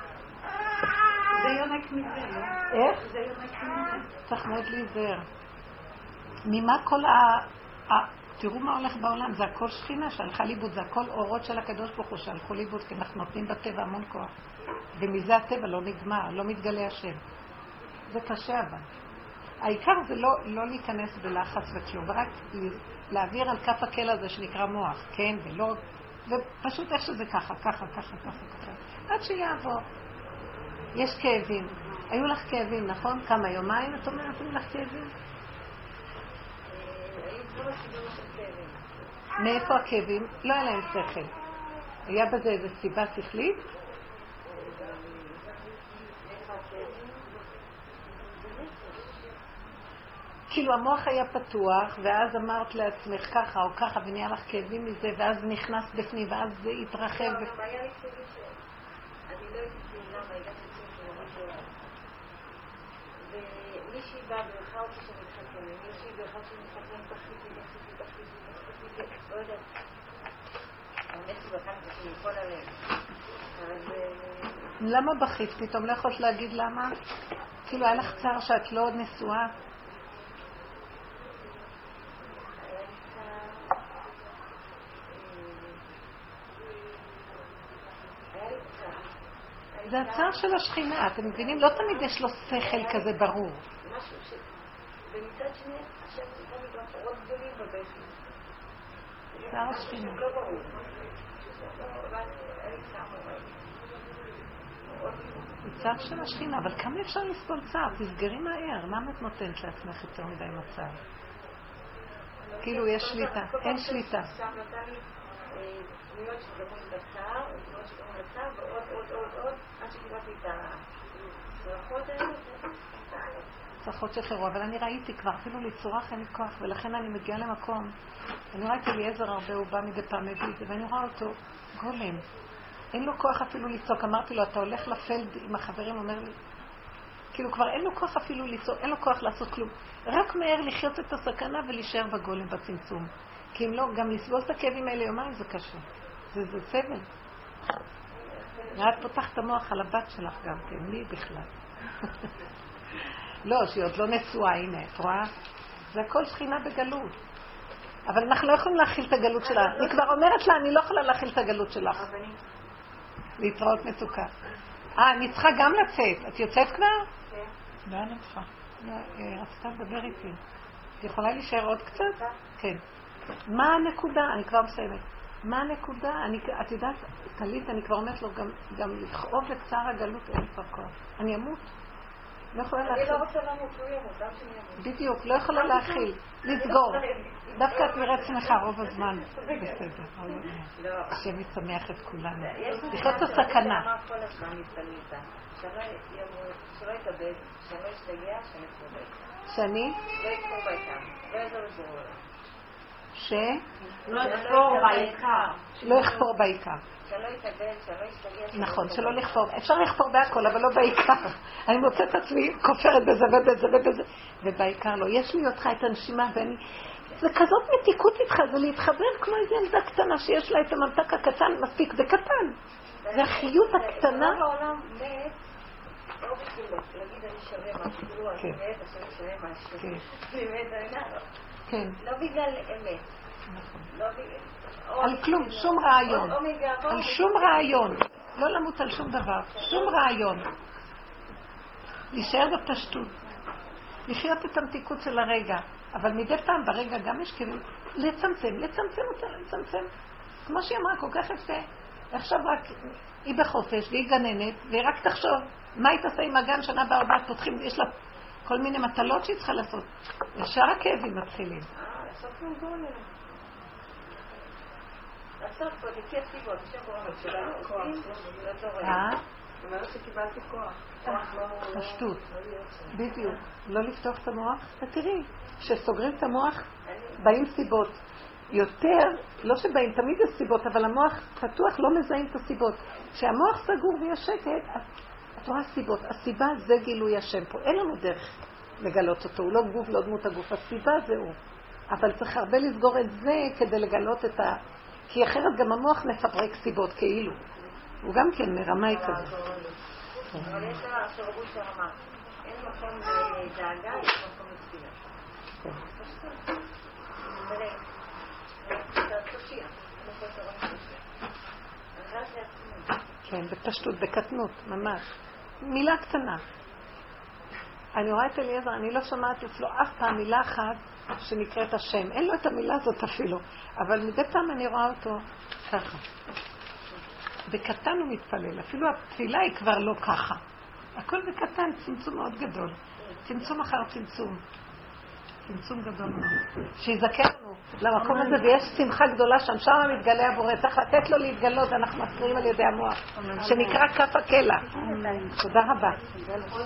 זה יונק מזה, לא? איך? זה יונק מזה. צריך מאוד להיזהר. ממה כל ה... ה... תראו מה הולך בעולם, זה הכל שכינה שהלכה ליבוד, זה הכל אורות של הקדוש ברוך הוא שהלכו ליבוד, כי אנחנו נותנים בטבע המון כוח. ומזה הטבע לא נגמר, לא מתגלה השם. זה קשה אבל. העיקר זה לא, לא להיכנס בלחץ וכלום, ורק להעביר על כף הקל הזה שנקרא מוח, כן ולא, ופשוט איך שזה ככה, ככה, ככה, ככה, ככה, עד שיעבור. יש כאבים. היו לך כאבים, נכון? כמה יומיים את אומרת, היו לך כאבים? מאיפה הכאבים? לא היה להם שכל. היה בזה איזו סיבה שכלית? כאילו המוח היה פתוח, ואז אמרת לעצמך ככה או ככה, ונהיה לך כאבים מזה, ואז נכנס בפנים, ואז זה התרחב. לא, גם היה לי כאבים ש... אני לא הייתי תמינה, והגעתי לצים של רבי גאולה. ומישהי באה ברכה אותי שמתחתן, ומישהי ברכה אותי שמתחתן, תחליטי, תחליטי, תחליטי, תחליטי, לא יודעת. האמת היא בקנתי שאני כל עליהם. אז... למה בכית? פתאום לא יכולת להגיד למה? כאילו היה לך צער שאת לא עוד נשואה? זה הצער של השכינה, אתם מבינים? לא תמיד יש לו שכל כזה ברור. משהו ש... ומצד שני, עכשיו זה גם גם אורות גדולים בבכי. צער השכינה. לא ברור. זה צער של השכינה, אבל כמה אפשר לסבול צער? תסגרי מהר, למה את נותנת לעצמך יותר מדי מצב? כאילו יש שליטה, אין שליטה. דמויות שגרמות בצער, דמויות שגרמות בצער, ועוד עוד עוד עוד, עד שקיבלתי את הצרחות האלה, צרחות שחררו, אבל אני ראיתי כבר, אפילו לצורך אין לי כוח, ולכן אני מגיעה למקום. אני רואה את אליעזר הרבה, הוא בא מדי פעם מביא את זה, ואני רואה אותו גולם. אין לו כוח אפילו לצעוק, אמרתי לו, אתה הולך לפלד עם החברים, אומר לי, כאילו כבר אין לו כוח אפילו לצעוק, אין לו כוח לעשות כלום. רק מהר לחיות את הסכנה ולהישאר בגולם בצמצום. כי אם לא, גם לסבול את הכאבים האלה יומיים זה קשה. זה, זה סבל. ואת פותחת המוח על הבת שלך גם כן, מי בכלל? לא, שהיא עוד לא נשואה, הנה, את רואה? זה הכל שכינה בגלות. אבל אנחנו לא יכולים להכיל את הגלות שלה. אני כבר אומרת לה, אני לא יכולה להכיל את הגלות שלך. להתראות מצוקה. אה, אני צריכה גם לצאת. את יוצאת כבר? כן. לא, אני צריכה. רצתה לדבר איתי. את יכולה להישאר עוד קצת? כן. מה הנקודה? אני כבר מסיימת. מה הנקודה? אני, את יודעת, תלית, אני כבר אומרת לו, גם, גם לכאוב את צער הגלות אין כבר כוח. אני אמות. לא יכולה אני להכיל. לא רוצה למות, הוא ימות, גם שאני ימות. בדיוק, לא יכולה להכיל. לסגור. דווקא את נראית שמחה רוב הזמן. בסדר. השם יצמח את כולנו. לחיות את הסכנה. אמר כל הזמן מתפלל איתה. שלא יתאבד, שלא ישתגע, שלא יתפור בעיקר. שאני? לא יתפור בעיקר. לא יעזור לזור. ש? לא יתפור בעיקר. לא יחפור בעיקר. שלא יתאבד, שלא ישתגע. נכון, שלא לחפור. אפשר לחפור בהכל, אבל לא בעיקר. אני מוצאת את עצמי כופרת בזה ובזה ובזה. ובעיקר לא. יש לי אותך את הנשימה ואני... זה כזאת מתיקות איתך, זה להתחבר כמו איזו ילדה קטנה שיש לה את הממתק הקטן, מספיק, זה קטן. זה החיות הקטנה. רוב העולם מת, לא בשבילו, להגיד אני שווה משהו, כאילו אני מת, אני שווה משהו. באמת, אני לא. כן. לא בגלל אמת. לא בגלל... על כלום, שום רעיון. על שום רעיון. לא למות על שום דבר, שום רעיון. להישאר בפשטות. לחיות את המתיקות של הרגע. אבל מדי פעם ברגע גם יש כאילו לצמצם, לצמצם אותה, לצמצם. כמו שהיא אמרה, כל כך יפה. עכשיו רק, היא בחופש והיא גננת, והיא רק תחשוב, מה היא תעשה עם הגן שנה הבאה עוד פותחים, יש לה כל מיני מטלות שהיא צריכה לעשות. ישר הכאבים מתחילים. אה, לעשות כמו גולם. לעשות פה, תקי הסיבות, עכשיו קוראים את שלנו, לא תורם. אה? זאת אומרת שקיבלתי כוח. פשטות. בדיוק. לא לפתוח את המוח, ותראי, כשסוגרים את המוח, באים סיבות. יותר, לא שבאים, תמיד יש סיבות, אבל המוח פתוח, לא מזהים את הסיבות. כשהמוח סגור ויש שקט, אז את רואה סיבות. הסיבה זה גילוי השם פה. אין לנו דרך לגלות אותו. הוא לא גוף, לא דמות הגוף. הסיבה זה הוא. אבל צריך הרבה לסגור את זה כדי לגלות את ה... כי אחרת גם המוח מפברק סיבות כאילו. הוא גם כן מרמאי כזה. אבל יש לה שרבו שרמה. אין מקום לדאגה, יש מקום לתפילה. פשוט. מלא. זה תושיע. כן, בפשטות, בקטנות, ממש. מילה קטנה. אני רואה את אליעזר, אני לא שומעת אצלו אף פעם מילה אחת שנקראת השם. אין לו את המילה הזאת אפילו. אבל מדי פעם אני רואה אותו ככה. בקטן הוא מתפלל. אפילו התפילה היא כבר לא ככה. הכל בקטן, צמצום מאוד גדול. צמצום אחר צמצום. צמצום גדול מאוד. שיזכה לנו למקום הזה, ויש שמחה גדולה שם, שם מתגלה הבורא. צריך לתת לו להתגלות, אנחנו מפריעים על ידי המוח, שנקרא כף הקלע. תודה רבה.